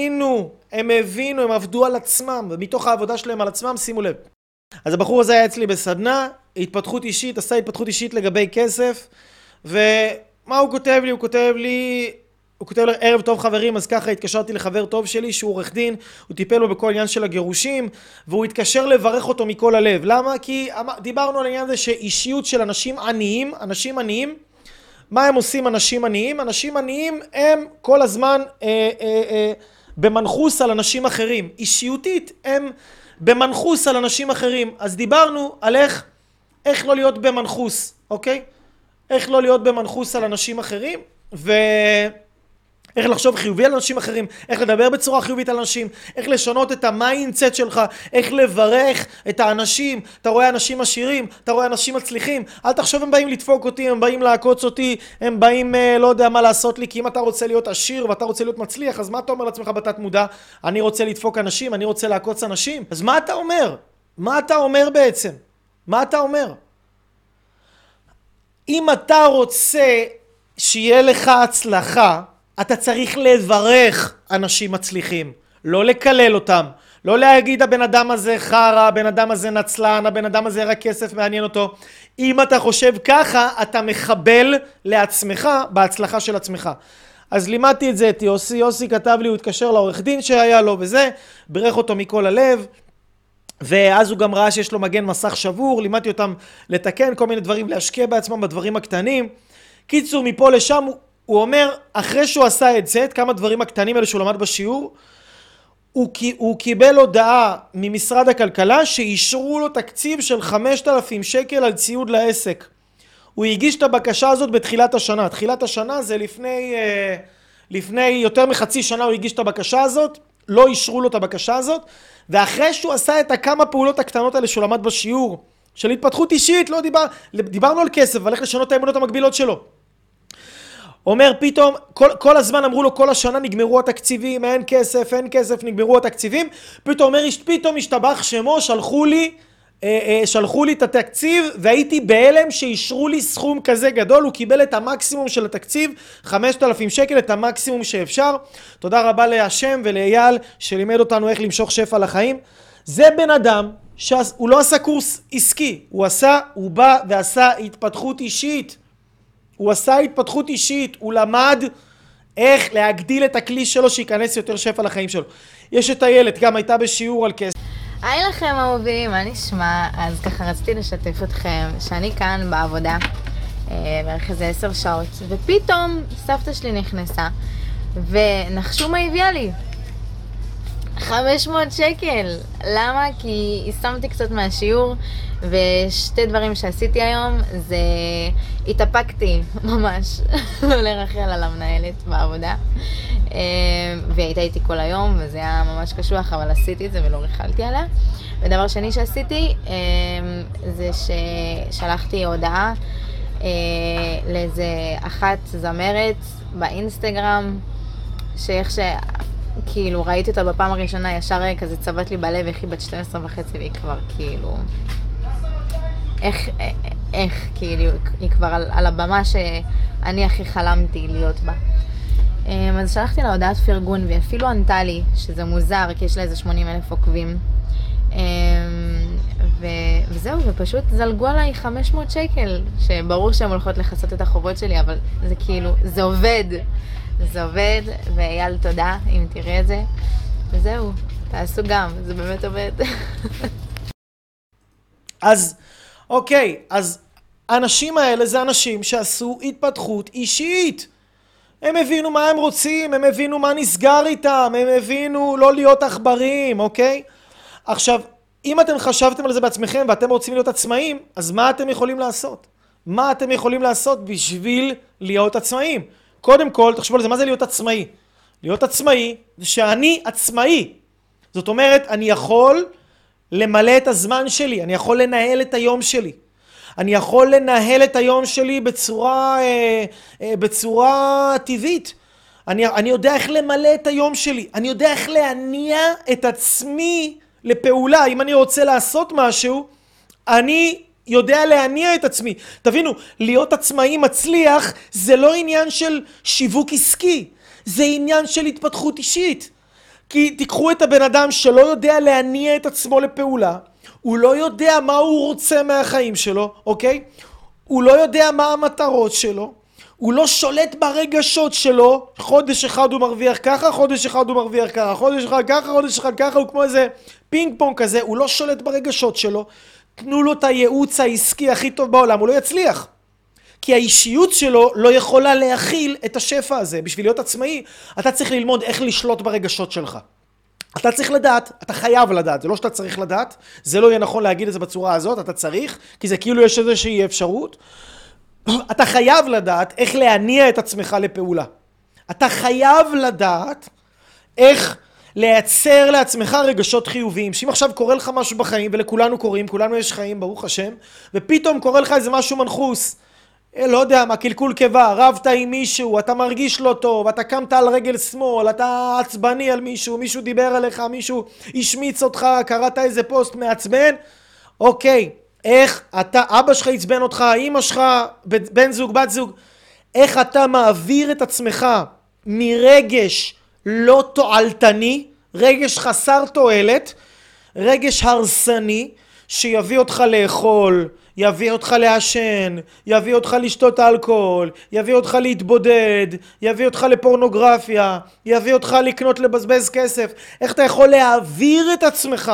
S1: עבדו על עצמם, ומתוך העבודה שלהם על עצמם, שימו לב. אז הבחור הזה היה אצלי בסדנה, התפתחות אישית, עשה התפתחות אישית לגבי כסף, ומה הוא כותב לי? הוא כותב לי, ערב טוב חברים, אז ככה התקשרתי לחבר טוב שלי שהוא עורך דין, הוא טיפל לו בכל עניין של הגירושים, והוא התקשר לברך אותו מכל הלב. למה? כי דיברנו על העניין הזה שאישיות של אנשים עניים, מה הם עושים אנשים עניים? אנשים עניים הם כל הזמן במנחוס על אנשים אחרים. אישיותית הם במנחוס על אנשים אחרים. אז דיברנו על איך לא להיות במנחוס, אוקיי? איך לא להיות במנחוס על אנשים אחרים, ואיך לחשוב חיובי על אנשים אחרים, איך לדבר בצורה חיובית על אנשים, איך לשנות את המיינדסט שלך, איך לברך את האנשים. אתה רואה אנשים עשירים, אתה רואה אנשים מצליחים, אל תחשוב הם באים לדפוק אותי, הם באים לעקוץ אותי, הם באים לא יודע מה לעשות לי, כי אם אתה רוצה להיות עשיר ואתה רוצה להיות מצליח, אז מה אתה אומר לעצמך בתת מודע? אני רוצה לדפוק אנשים, אני רוצה לעקוץ אנשים. אז מה אתה אומר? מה אתה אומר בעצם? מה אתה אומר? אם אתה רוצה שיהיה לך הצלחה, אתה צריך לברך אנשים מצליחים, לא לקלל אותם, לא להגיד הבן אדם הזה חרא, הבן אדם הזה נצלן, הבן אדם הזה רק כסף מעניין אותו. אם אתה חושב ככה, אתה מחבל לעצמך, בהצלחה של עצמך. אז לימדתי את זה את יוסי, יוסי כתב לי, הוא התקשר לעורך דין שהיה לו וזה, ברך אותו מכל הלב, ואז הוא גם ראה שיש לו מגן מסך שבור, לימדתי אותם לתקן כל מיני דברים, להשקיע בעצמם בדברים הקטנים. קיצור, מפה לשם הוא אומר, אחרי שהוא עשה את זה, את כמה דברים הקטנים האלה שהוא למד בשיעור, הוא קיבל הודעה ממשרד הכלכלה שאישרו לו תקציב של 5,000 שקל על ציוד לעסק. הוא הגיש את הבקשה הזאת בתחילת השנה. תחילת השנה זה לפני יותר מחצי שנה הוא הגיש את הבקשה הזאת, לא אישרו לו את הבקשה הזאת, ואחרי שהוא עשה את הכמה פעולות הקטנות האלה שהוא למד בשיעור, של התפתחות אישית, לא דיברנו על כסף, אבל איך לשנות את האמונות המקבילות שלו. אומר פתאום, כל הזמן אמרו לו, כל השנה נגמרו התקציבים, אין כסף, נגמרו התקציבים. פתאום אומר, פתאום השתבח שמו, שלחו לי את התקציב, והייתי בהלם שאישרו לי סכום כזה גדול. הוא קיבל את המקסימום של התקציב, 5,000 שקל, את המקסימום שאפשר. תודה רבה להשם ולאייל שלימד אותנו איך למשוך שפע לחיים. זה בן אדם שהוא לא עשה קורס עסקי, הוא בא ועשה התפתחות אישית. הוא למד איך להגדיל את הכלי שלו שיכנס יותר שפע לחיים שלו. יש את הילד, גם הייתה בשיעור על כסף.
S2: היי לכם אהובים, מה נשמע? אז ככה רציתי לשתף אתכם שאני כאן בעבודה בערך איזה 10 שעות, ופתאום סבתא שלי נכנסה ונחשו מה הביאה לי? 500 שקל. למה? כי הסתמתי קצת מהשיעור, ושתי דברים שעשיתי היום זה התאפקתי ממש לא לרחל על המנהלת בעבודה, והייתה איתי כל היום וזה היה ממש קשוח, אבל עשיתי את זה ולא רחלתי עליה. ודבר שני שעשיתי זה ששלחתי הודעה לאיזה אחת זמרת באינסטגרם, שאיך כאילו ראיתי אותה בפעם הראשונה, ישר כזה צבט לי בלב, איך היא בת 12 וחצי והיא כבר כאילו איך כאילו היא כבר על הבמה שאני הכי חלמתי להיות בה. אז שלחתי לה הודעת פרגון, והיא אפילו ענתה לי, שזה מוזר כי יש לה איזה 80,000 עוקבים, וזהו, ופשוט זלגו עליי 500 שקל, שברור שהן הולכות לחסות את החובות שלי, אבל זה כאילו, זה עובד, ואייל תודה אם תראה את זה, וזהו, תעשו גם, זה באמת עובד.
S1: אז אוקיי, אז האנשים האלה זה אנשים שעשו התפתחות אישית. הם הבינו מה הם רוצים, הם הבינו מה נסגר איתם, הם הבינו לא להיות עכברים, אוקיי? עכשיו, אם אתם חשבתם על זה בעצמכם ואתם רוצים להיות עצמאים, אז מה אתם יכולים לעשות? מה אתם יכולים לעשות בשביל להיות עצמאים? קודם כל, תחשבו על זה, מה זה להיות עצמאי? להיות עצמאי זה שאני עצמאי. זאת אומרת, אני יכול למלא את הזמן שלי, אני יכול לנהל את היום שלי. אני יכול לנהל את היום שלי בצורה טבעית. אני יודע איך למלא את היום שלי. אני יודע איך להניע את עצמי לפעולה. אם אני רוצה לעשות משהו, אני יודע להניע את עצמי. תבינו, להיות עצמאי מצליח זה לא עניין של שיווק עסקי. זה עניין של התפתחות אישית. כי תיקחו את הבן אדם שלא יודע להניע את עצמו לפעולה, הוא לא יודע מה הוא רוצה מהחיים שלו, אוקיי? הוא לא יודע מה המטרות שלו, הוא לא שולט ברגשות שלו, חודש אחד הוא מרוויח ככה, חודש אחד הוא מרוויח ככה, חודש אחד ככה, חודש אחד ככה, הוא כמו איזה פינג פונג כזה, הוא לא שולט ברגשות שלו. תנו לו את הייעוץ העסקי הכי טוב בעולם, הוא לא יצליח. כי האישיות שלו לא יכולה להכיל את השפע הזה. בשביל להיות עצמאי, אתה צריך ללמוד איך לשלוט ברגשות שלך. אתה צריך לדעת, אתה חייב לדעת, זה לא שאתה צריך לדעת, זה לא יהיה נכון להגיד את זה בצורה הזאת, אתה צריך, כי זה כאילו יש איזושהי אפשרות. אתה חייב לדעת איך להניע את עצמך לפעולה. אתה חייב לדעת איך לייצר לעצמך רגשות חיוביים. שאם עכשיו קורה לך משהו בחיים, ולכולנו קוראים, כולנו יש חיים, ברוך השם, ופתאום קורה לך איזה משהו מנחוס, לא יודע מה, קלקול קיבה, רבת עם מישהו, אתה מרגיש לא טוב, אתה קמת על רגל שמאל, אתה עצבני על מישהו, מישהו דיבר עליך, מישהו השמיץ אותך, קראת איזה פוסט מעצבן, אוקיי, איך אתה, אבא שלך עצבן אותך, אמא שלך, בן זוג, בת זוג, איך אתה מעביר את עצמך מרגש לא תועלתני,
S3: רגש חסר תועלת, רגש הרסני, שיביא אותך לאכול, יביא אותך לעשן, יביא אותך לשתות אלכוהול, יביא אותך להתבודד, יביא אותך לפורנוגרפיה, יביא אותך לקנות לבזבז כסף. איך אתה יכול להעביר את עצמך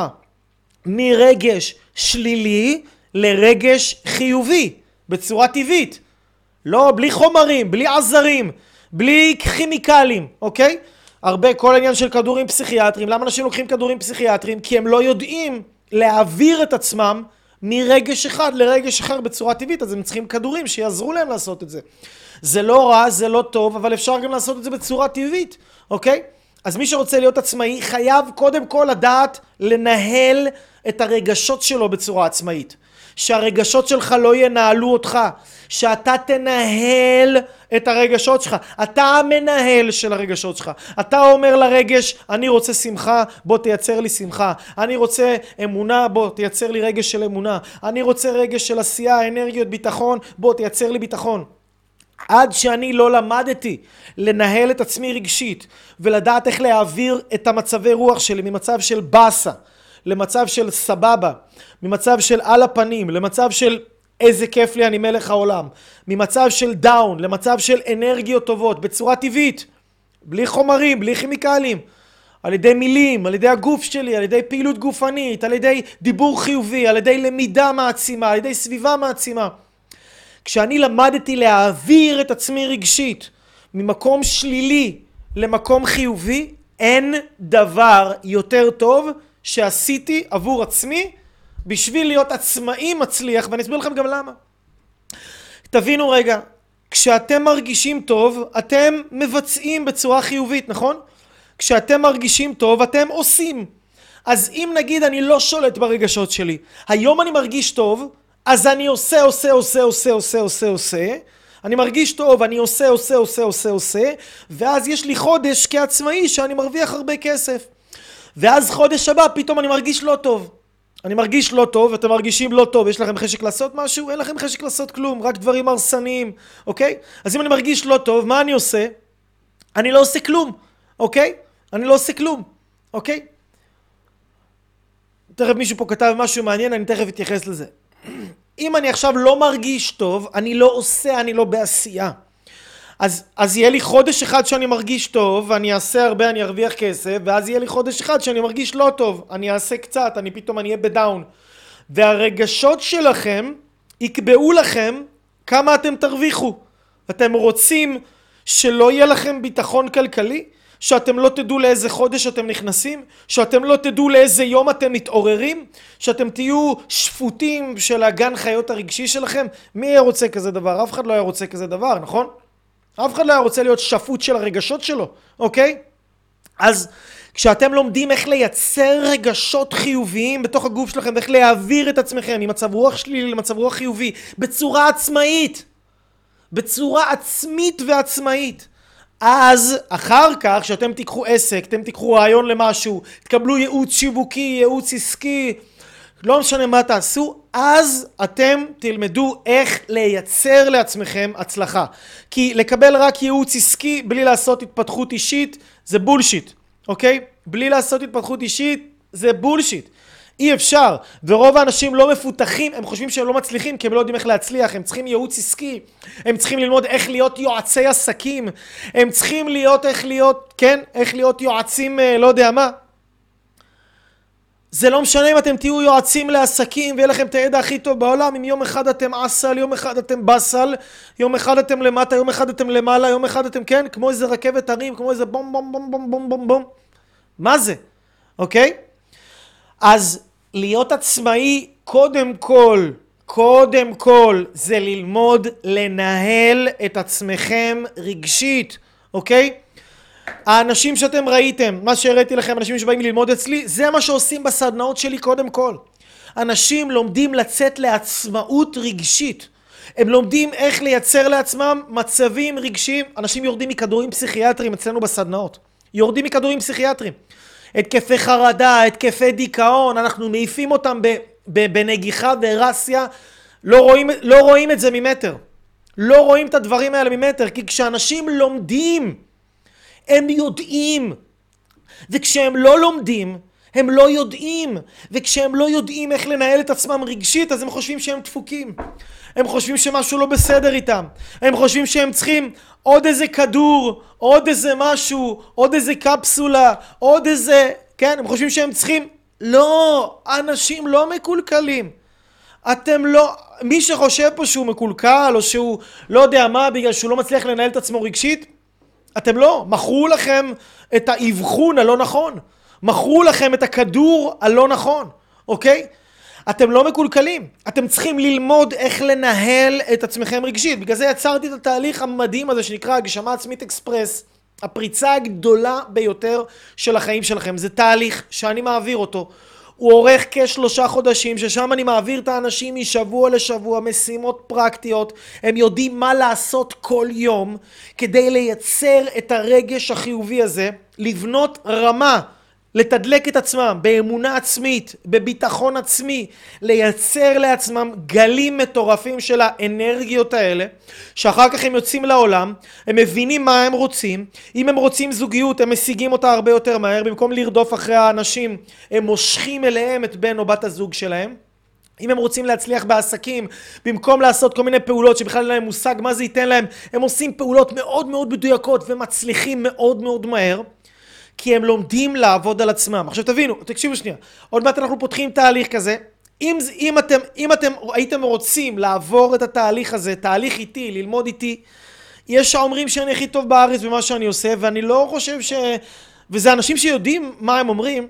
S3: מרגש שלילי לרגש חיובי בצורה טבעית? לא, בלי חומרים, בלי עזרים, בלי כימיקלים, אוקיי? כל העניין של כדורים פסיכיאטרים. למה אנשים לוקחים כדורים פסיכיאטרים? כי הם לא יודעים להעביר את עצמם מרגש אחד לרגש אחר בצורה טבעית, אז הם צריכים כדורים שיעזרו להם לעשות את זה. זה לא רע, זה לא טוב, אבל אפשר גם לעשות את זה בצורה טבעית, אוקיי? אז מי שרוצה להיות עצמאי חייב קודם כל לדעת לנהל את הרגשות שלו בצורה עצמאית. שהרגשות שלך לא ינהלו אותך, שאתה תנהל את הרגשות שלך. אתה המנהל של הרגשות שלך. אתה אומר לרגש, אני רוצה שמחה, בוא תייצר לי שמחה. אני רוצה אמונה, בוא תייצר לי רגש של אמונה. אני רוצה רגש של עשייה, אנרגיות, ביטחון, בוא תייצר לי ביטחון. עד שאני לא למדתי לנהל את עצמי רגשית ולדעת איך להעביר את המצבי רוח שלי ממצב של בסה למצב של סבבה, ממצב של על הפנים למצב של איזה כיף לי, אני מלך העולם, ממצב של דאון למצב של אנרגיות טובות בצורה טבעית, בלי חומרים, בלי כימיקלים, על ידי מילים, על ידי הגוף שלי, על ידי פעילות גופנית, על ידי דיבור חיובי, על ידי למידה מעצימה, על ידי סביבה מעצימה. כשאני למדתי להעביר את עצמי רגשית ממקום שלילי למקום חיובי, אין דבר יותר טוב שעשיתי עבור עצמי בשביל להיות עצמאי מצליח, ואני אסביר לכם גם למה. תבינו רגע, כשאתם מרגישים טוב, אתם מבצעים בצורה חיובית, נכון? כשאתם מרגישים טוב, אתם עושים. אז אם נגיד אני לא שולט ברגשות שלי, היום אני מרגיש טוב, אז אני עושה, אני מרגיש טוב, אני עושה, ואז יש לי חודש כעצמאי שאני מרוויח הרבה כסף. ואז חודש הבא פתאום אני מרגיש לא טוב. אני מרגיש לא טוב, אתם מרגישים לא טוב, יש לכם חשק לעשות משהו? אין לכם חשק לעשות כלום, רק דברים הרסניים, אוקיי? אז אם אני מרגיש לא טוב, מה אני עושה? אני לא עושה כלום, אוקיי? אני לא עושה כלום, אוקיי? תכף מישהו פה כתב משהו מעניין, אני תכף אתייחס לזה. אם אני עכשיו לא מרגיש טוב, אני לא עושה, אני לא בעשייה. אז יהיה לי חודש אחד שאני מרגיש טוב, ואני אעשה הרבה, אני ארוויח כסף, ואז יהיה לי חודש אחד שאני מרגיש לא טוב, אני אעשה קצת, פתאום אני אהיה בדאון. והרגשות שלכם יקבעו לכם כמה אתם תרוויחו. אתם רוצים שלא יהיה לכם ביטחון כלכלי? שאתם לא תדעו לאיזה חודש אתם נכנסים? שאתם לא תדעו לאיזה יום אתם מתעוררים? שאתם תהיו שפוטים של הגן חיות הרגשי שלכם? מי היה רוצה כזה דבר? אף אחד לא היה רוצה כזה דבר, נכון? אף אחד לא היה רוצה להיות שפוט של הרגשות שלו, אוקיי? אז כשאתם לומדים איך לייצר רגשות חיוביים בתוך הגוף שלכם, ואיך להעביר את עצמכם ממצב רוח שלילי למצב רוח חיובי, בצורה עצמאית, בצורה עצמית ועצמאית, אז אחר כך שאתם תיקחו עסק, אתם תיקחו רעיון למשהו, תקבלו ייעוץ שיווקי, ייעוץ עסקי, לא משנה מה תעשו, אז אתם תלמדו איך לייצר לעצמכם הצלחה. כי לקבל רק ייעוץ עסקי בלי לעשות התפתחות אישית זה בולשיט, אוקיי? בלי לעשות התפתחות אישית זה בולשיט. אי אפשר, ורוב האנשים לא מפותחים, הם חושבים שהם לא מצליחים כי הם לא יודעים איך להצליח, הם צריכים ייעוץ עסקי, הם צריכים ללמוד איך להיות יועצי עסקים, הם צריכים להיות איך להיות יועצים, לא יודע מה. זה לא משנה אם אתם תהיו יועצים לעסקים ויהיה לכם את הידע הכי טוב בעולם, אם יום אחד אתם אסל, יום אחד אתם בסל, יום אחד אתם למטה, יום אחד אתם למעלה, יום אחד אתם כמו איזה רכבת הרים, כמו איזה בום בום בום בום בום בום בום. מה זה? אוקיי? אז להיות עצמאי קודם כל זה ללמוד לנהל את עצמכם רגשית, אוקיי? האנשים שאתם ראיתם, מה שהראיתי לכם, אנשים שבאים ללמוד אצלי, זה מה שעושים בסדנאות שלי קודם כל. אנשים לומדים לצאת לעצמאות רגשית. הם לומדים איך לייצר לעצמם מצבים רגשיים. אנשים יורדים מכדורים פסיכיאטריים אצלנו בסדנאות. יורדים מכדורים פסיכיאטריים. התקפי חרדה, התקפי דיכאון, אנחנו מעיפים אותם בנגיחה ורסיה. לא רואים את זה ממטר. לא רואים את הדברים האלה ממטר, כי כשאנשים לומדים, הם יודעים. וכשהם לא לומדים, הם לא יודעים, וכשהם לא יודעים איך לנהל את עצמם רגשית, אז הם חושבים שהם דפוקים. הם חושבים שמשהו לא בסדר איתם. הם חושבים שהם צריכים עוד איזה כדור, עוד איזה משהו, עוד איזה קפסולה, עוד איזה... כן, הם חושבים שהם צריכים... לא, אנשים לא מקולקלים. אתם לא... מי שחושב פה שהוא מקולקל, או שהוא לא יודע מה, בגלל שהוא לא מצליח לנהל את עצמו רגשית, אתם לא. מכרו לכם את האבחון הלא נכון. מכרו לכם את הכדור הלא נכון, אוקיי? אתם לא מקולקלים. אתם צריכים ללמוד איך לנהל את עצמכם רגשית. בגלל זה יצרתי את התהליך המדהים הזה שנקרא הגשמה עצמית אקספרס. הפריצה הגדולה ביותר של החיים שלכם. זה תהליך שאני מעביר אותו. הוא אורך כ3 חודשים, ששם אני מעביר את האנשים משבוע לשבוע, משימות פרקטיות. הם יודעים מה לעשות כל יום כדי לייצר את הרגש החיובי הזה, לבנות רמה, לתדלק את עצמם באמונה עצמית, בביטחון עצמי, לייצר לעצמם גלים מטורפים של האנרגיות האלה, שאחר כך הם יוצאים לעולם, הם מבינים מה הם רוצים. אם הם רוצים זוגיות, הם משיגים אותה הרבה יותר מהר, במקום לרדוף אחרי האנשים, הם מושכים אליהם את בן או בת הזוג שלהם. אם הם רוצים להצליח בעסקים, במקום לעשות כל מיני פעולות שבכלל אין להם מושג מה זה ייתן להם, הם עושים פעולות מאוד מאוד מדויקות ומצליחים מאוד מאוד מהר. כי הם לומדים לעבוד על עצמם. עכשיו תבינו, תקשיבו שנייה, עוד מעט אנחנו פותחים תהליך כזה. אם אתם הייתם רוצים לעבור את התהליך הזה, תהליך איתי, ללמוד איתי, יש שאומרים שאני הכי טוב בארץ במה שאני עושה, ואני לא חושב וזה אנשים שיודעים מה הם אומרים,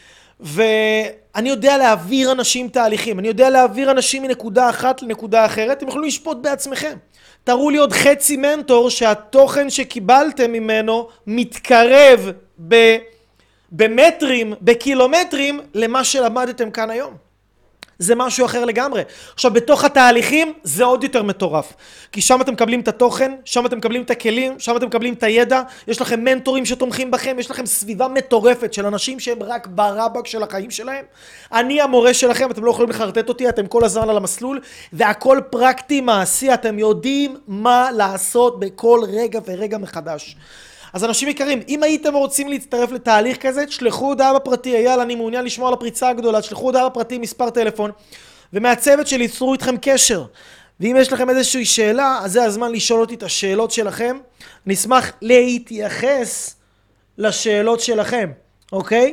S3: ואני יודע להעביר אנשים תהליכים, אני יודע להעביר אנשים מנקודה אחת לנקודה אחרת, אתם יכולים לשפוט בעצמכם. תראו לי עוד חצי מנטור שהתוכן שקיבלתם ממנו מתקרב במטרים, בקילומטרים, למה שלמדתם כאן היום. זה משהו אחר לגמרי. עכשיו, בתוך התהליכים זה עוד יותר מטורף. כי שם אתם מקבלים את התוכן, שם אתם מקבלים את הכלים, שם אתם מקבלים את הידע, יש לכם מנטורים שתומכים בכם, יש לכם סביבה מטורפת של אנשים שהם רק ברבק של החיים שלהם. אני המורה שלכם, אתם לא יכולים לחרטט אותי, אתם כל הזמן על המסלול, והכל פרקטי, מעשי, אתם יודעים מה לעשות בכל רגע ורגע מחדש. אז אנשים יקרים, אם הייתם רוצים להצטרף לתהליך כזה, תשלחו הודעה בפרטי, אייל, אני מעוניין לשמוע על הפריצה הגדולה, תשלחו הודעה בפרטי, מספר טלפון, ומהצוות שלי ייצרו איתכם קשר. ואם יש לכם איזושהי שאלה, אז זה הזמן לשאול אותי את השאלות שלכם. אני אשמח להתייחס לשאלות שלכם, אוקיי?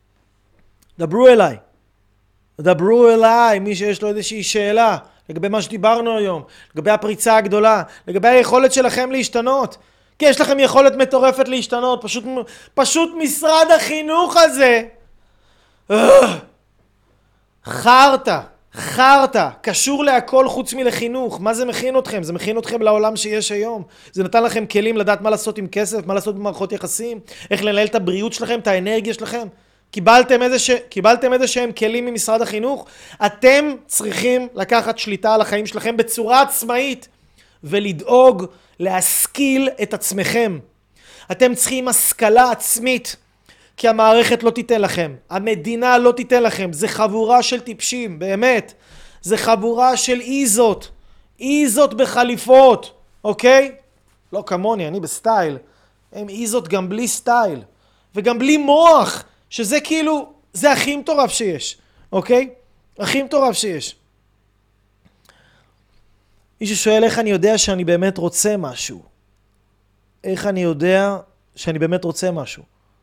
S3: דברו אליי. דברו אליי, מי שיש לו איזושהי שאלה, לגבי מה שדיברנו היום, לגבי הפריצה הגדולה, לגבי היכולת שלכם להשתנות. כי יש לכם יכולת מטורפת להשתנות, פשוט משרד החינוך הזה. חרטה, קשור להכל חוץ מלחינוך. מה זה מכין אתכם? זה מכין אתכם לעולם שיש היום. זה נתן לכם כלים לדעת מה לעשות עם כסף, מה לעשות במערכות יחסים, איך לנהל את הבריאות שלכם, את האנרגיה שלכם. קיבלתם איזה שהם כלים ממשרד החינוך. אתם צריכים לקחת שליטה על החיים שלכם בצורה עצמאית, ולדאוג להשכיל את עצמכם. אתם צריכים השכלה עצמית, כי המערכת לא תיתן לכם, המדינה לא תיתן לכם. זה חבורה של טיפשים, באמת. זה חבורה של איזות בחליפות, אוקיי? לא כמוני, אני בסטייל. הם איזות גם בלי סטייל, וגם בלי מוח, שזה כאילו, זה הכי מטורף שיש, אוקיי? הכי מטורף שיש. מישהו שואל איך אני יודע שאני באמת רוצה משהו. איך אני יודע שאני באמת רוצה משהו.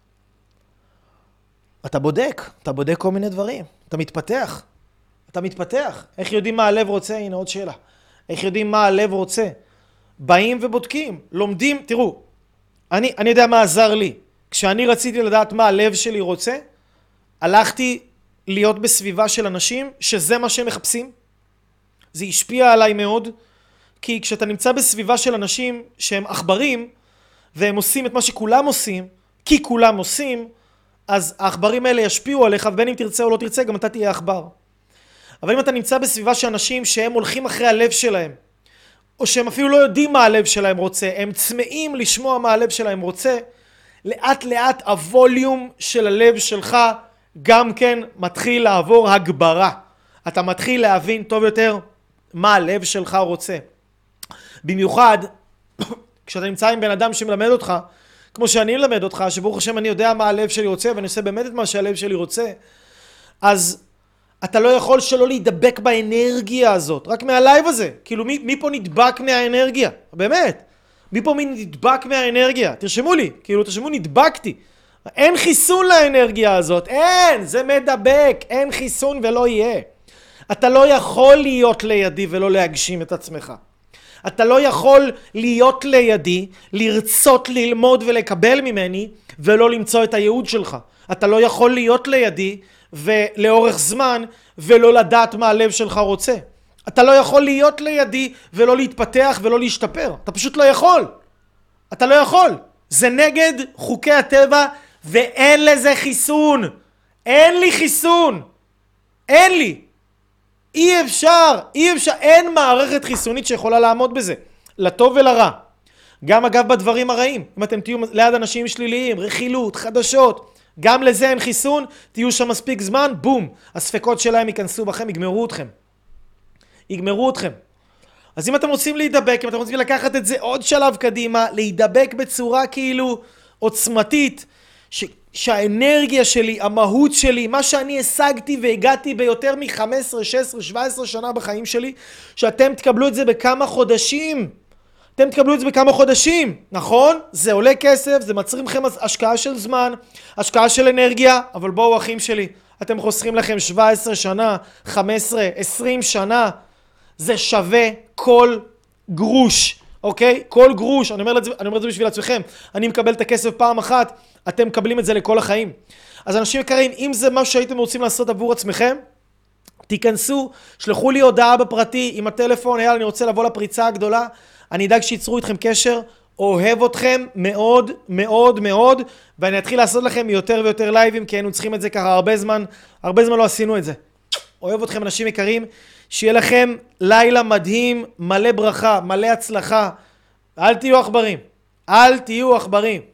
S3: אתה בודק כל מיני דברים. אתה מתפתח. איך יודעים מה הלב רוצה? הנה עוד שאלה. איך יודעים מה הלב רוצה? באים ובודקים, לומדים. תראו, אני יודע מה עזר לי. כשאני רציתי לדעת מה הלב שלי רוצה, הלכתי להיות בסביבה של אנשים שזה מה שהם מחפשים. זה השפיע עליי מאוד, כי כשאתה נמצא בסביבה של אנשים שהם עכברים, והם עושים את מה שכולם עושים, כי כולם עושים, אז העכברים האלה ישפיעו עליך, ובין אם תרצה או לא תרצה, גם אתה תהיה עכבר. אבל אם אתה נמצא בסביבה של אנשים שהם הולכים אחרי הלב שלהם, או שהם אפילו לא יודעים מה הלב שלהם רוצה, הם צמאים לשמוע מה הלב שלהם רוצה, לאט לאט הווליום של הלב שלך גם כן מתחיל לעבור הגברה. אתה מתחיל להבין טוב יותר מה הלב שלך רוצה. במיוחד כשאתה נמצא עם בן אדם שמלמד אותך, כמו שאני אלמד אותך, שברוך השם אני יודע מה הלב שלי רוצה, ואני עושה באמת את מה שהלב שלי רוצה, אז אתה לא יכול שלא להידבק באנרגיה הזאת, רק מהלייב הזה. כאילו מי פה נדבק מהאנרגיה? באמת. מי פה נדבק מהאנרגיה? תרשמו לי, כאילו תרשמו נדבקתי. אין חיסון לאנרגיה הזאת, אין, זה מדבק, אין חיסון ולא יהיה. אתה לא יכול להיות לידי ולא להגשים את עצמך. אתה לא יכול להיות לידי, לרצות ללמוד ולקבל ממני, ולא למצוא את הייעוד שלך. אתה לא יכול להיות לידי ולאורך זמן, ולא לדעת מה הלב שלך רוצה. אתה לא יכול להיות לידי ולא להתפתח ולא להשתפר. אתה פשוט לא יכול. אתה לא יכול. זה נגד חוקי הטבע ואין לזה חיסון. אין לי חיסון. אין לי. אי אפשר, אין מערכת חיסונית שיכולה לעמוד בזה. לטוב ולרע. גם אגב בדברים הרעים. אם אתם תהיו ליד אנשים שליליים, רכילות, חדשות, גם לזה אין חיסון, תהיו שם מספיק זמן, בום. הספקות שלהם ייכנסו בכם, יגמרו אתכם. יגמרו אתכם. אז אם אתם רוצים להידבק, אם אתם רוצים לקחת את זה עוד שלב קדימה, להידבק בצורה כאילו עוצמתית, שהאנרגיה שלי, המהות שלי, מה שאני השגתי והגעתי ביותר מ-15, 16, 17 שנה בחיים שלי, שאתם תקבלו את זה בכמה חודשים. אתם תקבלו את זה בכמה חודשים, נכון? זה עולה כסף, זה מצריך לכם השקעה של זמן, השקעה של אנרגיה, אבל בואו אחים שלי, אתם חוסכים לכם 17 שנה, 15, 20 שנה, זה שווה כל גרוש, אוקיי? כל גרוש, אני אומר את זה בשביל עצמכם, אני מקבל את הכסף פעם אחת, אתם מקבלים את זה לכל החיים. אז אנשים יקרים, אם זה מה שהייתם רוצים לעשות עבור עצמכם, תיכנסו, שלחו לי הודעה בפרטי עם הטלפון, יאללה, אני רוצה לבוא לפריצה הגדולה, אני אדאג שיצרו איתכם קשר, אוהב אתכם מאוד מאוד מאוד, ואני אתחיל לעשות לכם יותר ויותר לייבים, כי היינו צריכים את זה ככה הרבה זמן לא עשינו את זה. אוהב אתכם אנשים יקרים, שיהיה לכם לילה מדהים, מלא ברכה, מלא הצלחה, אל תהיו עכברים, אל תהיו עכברים.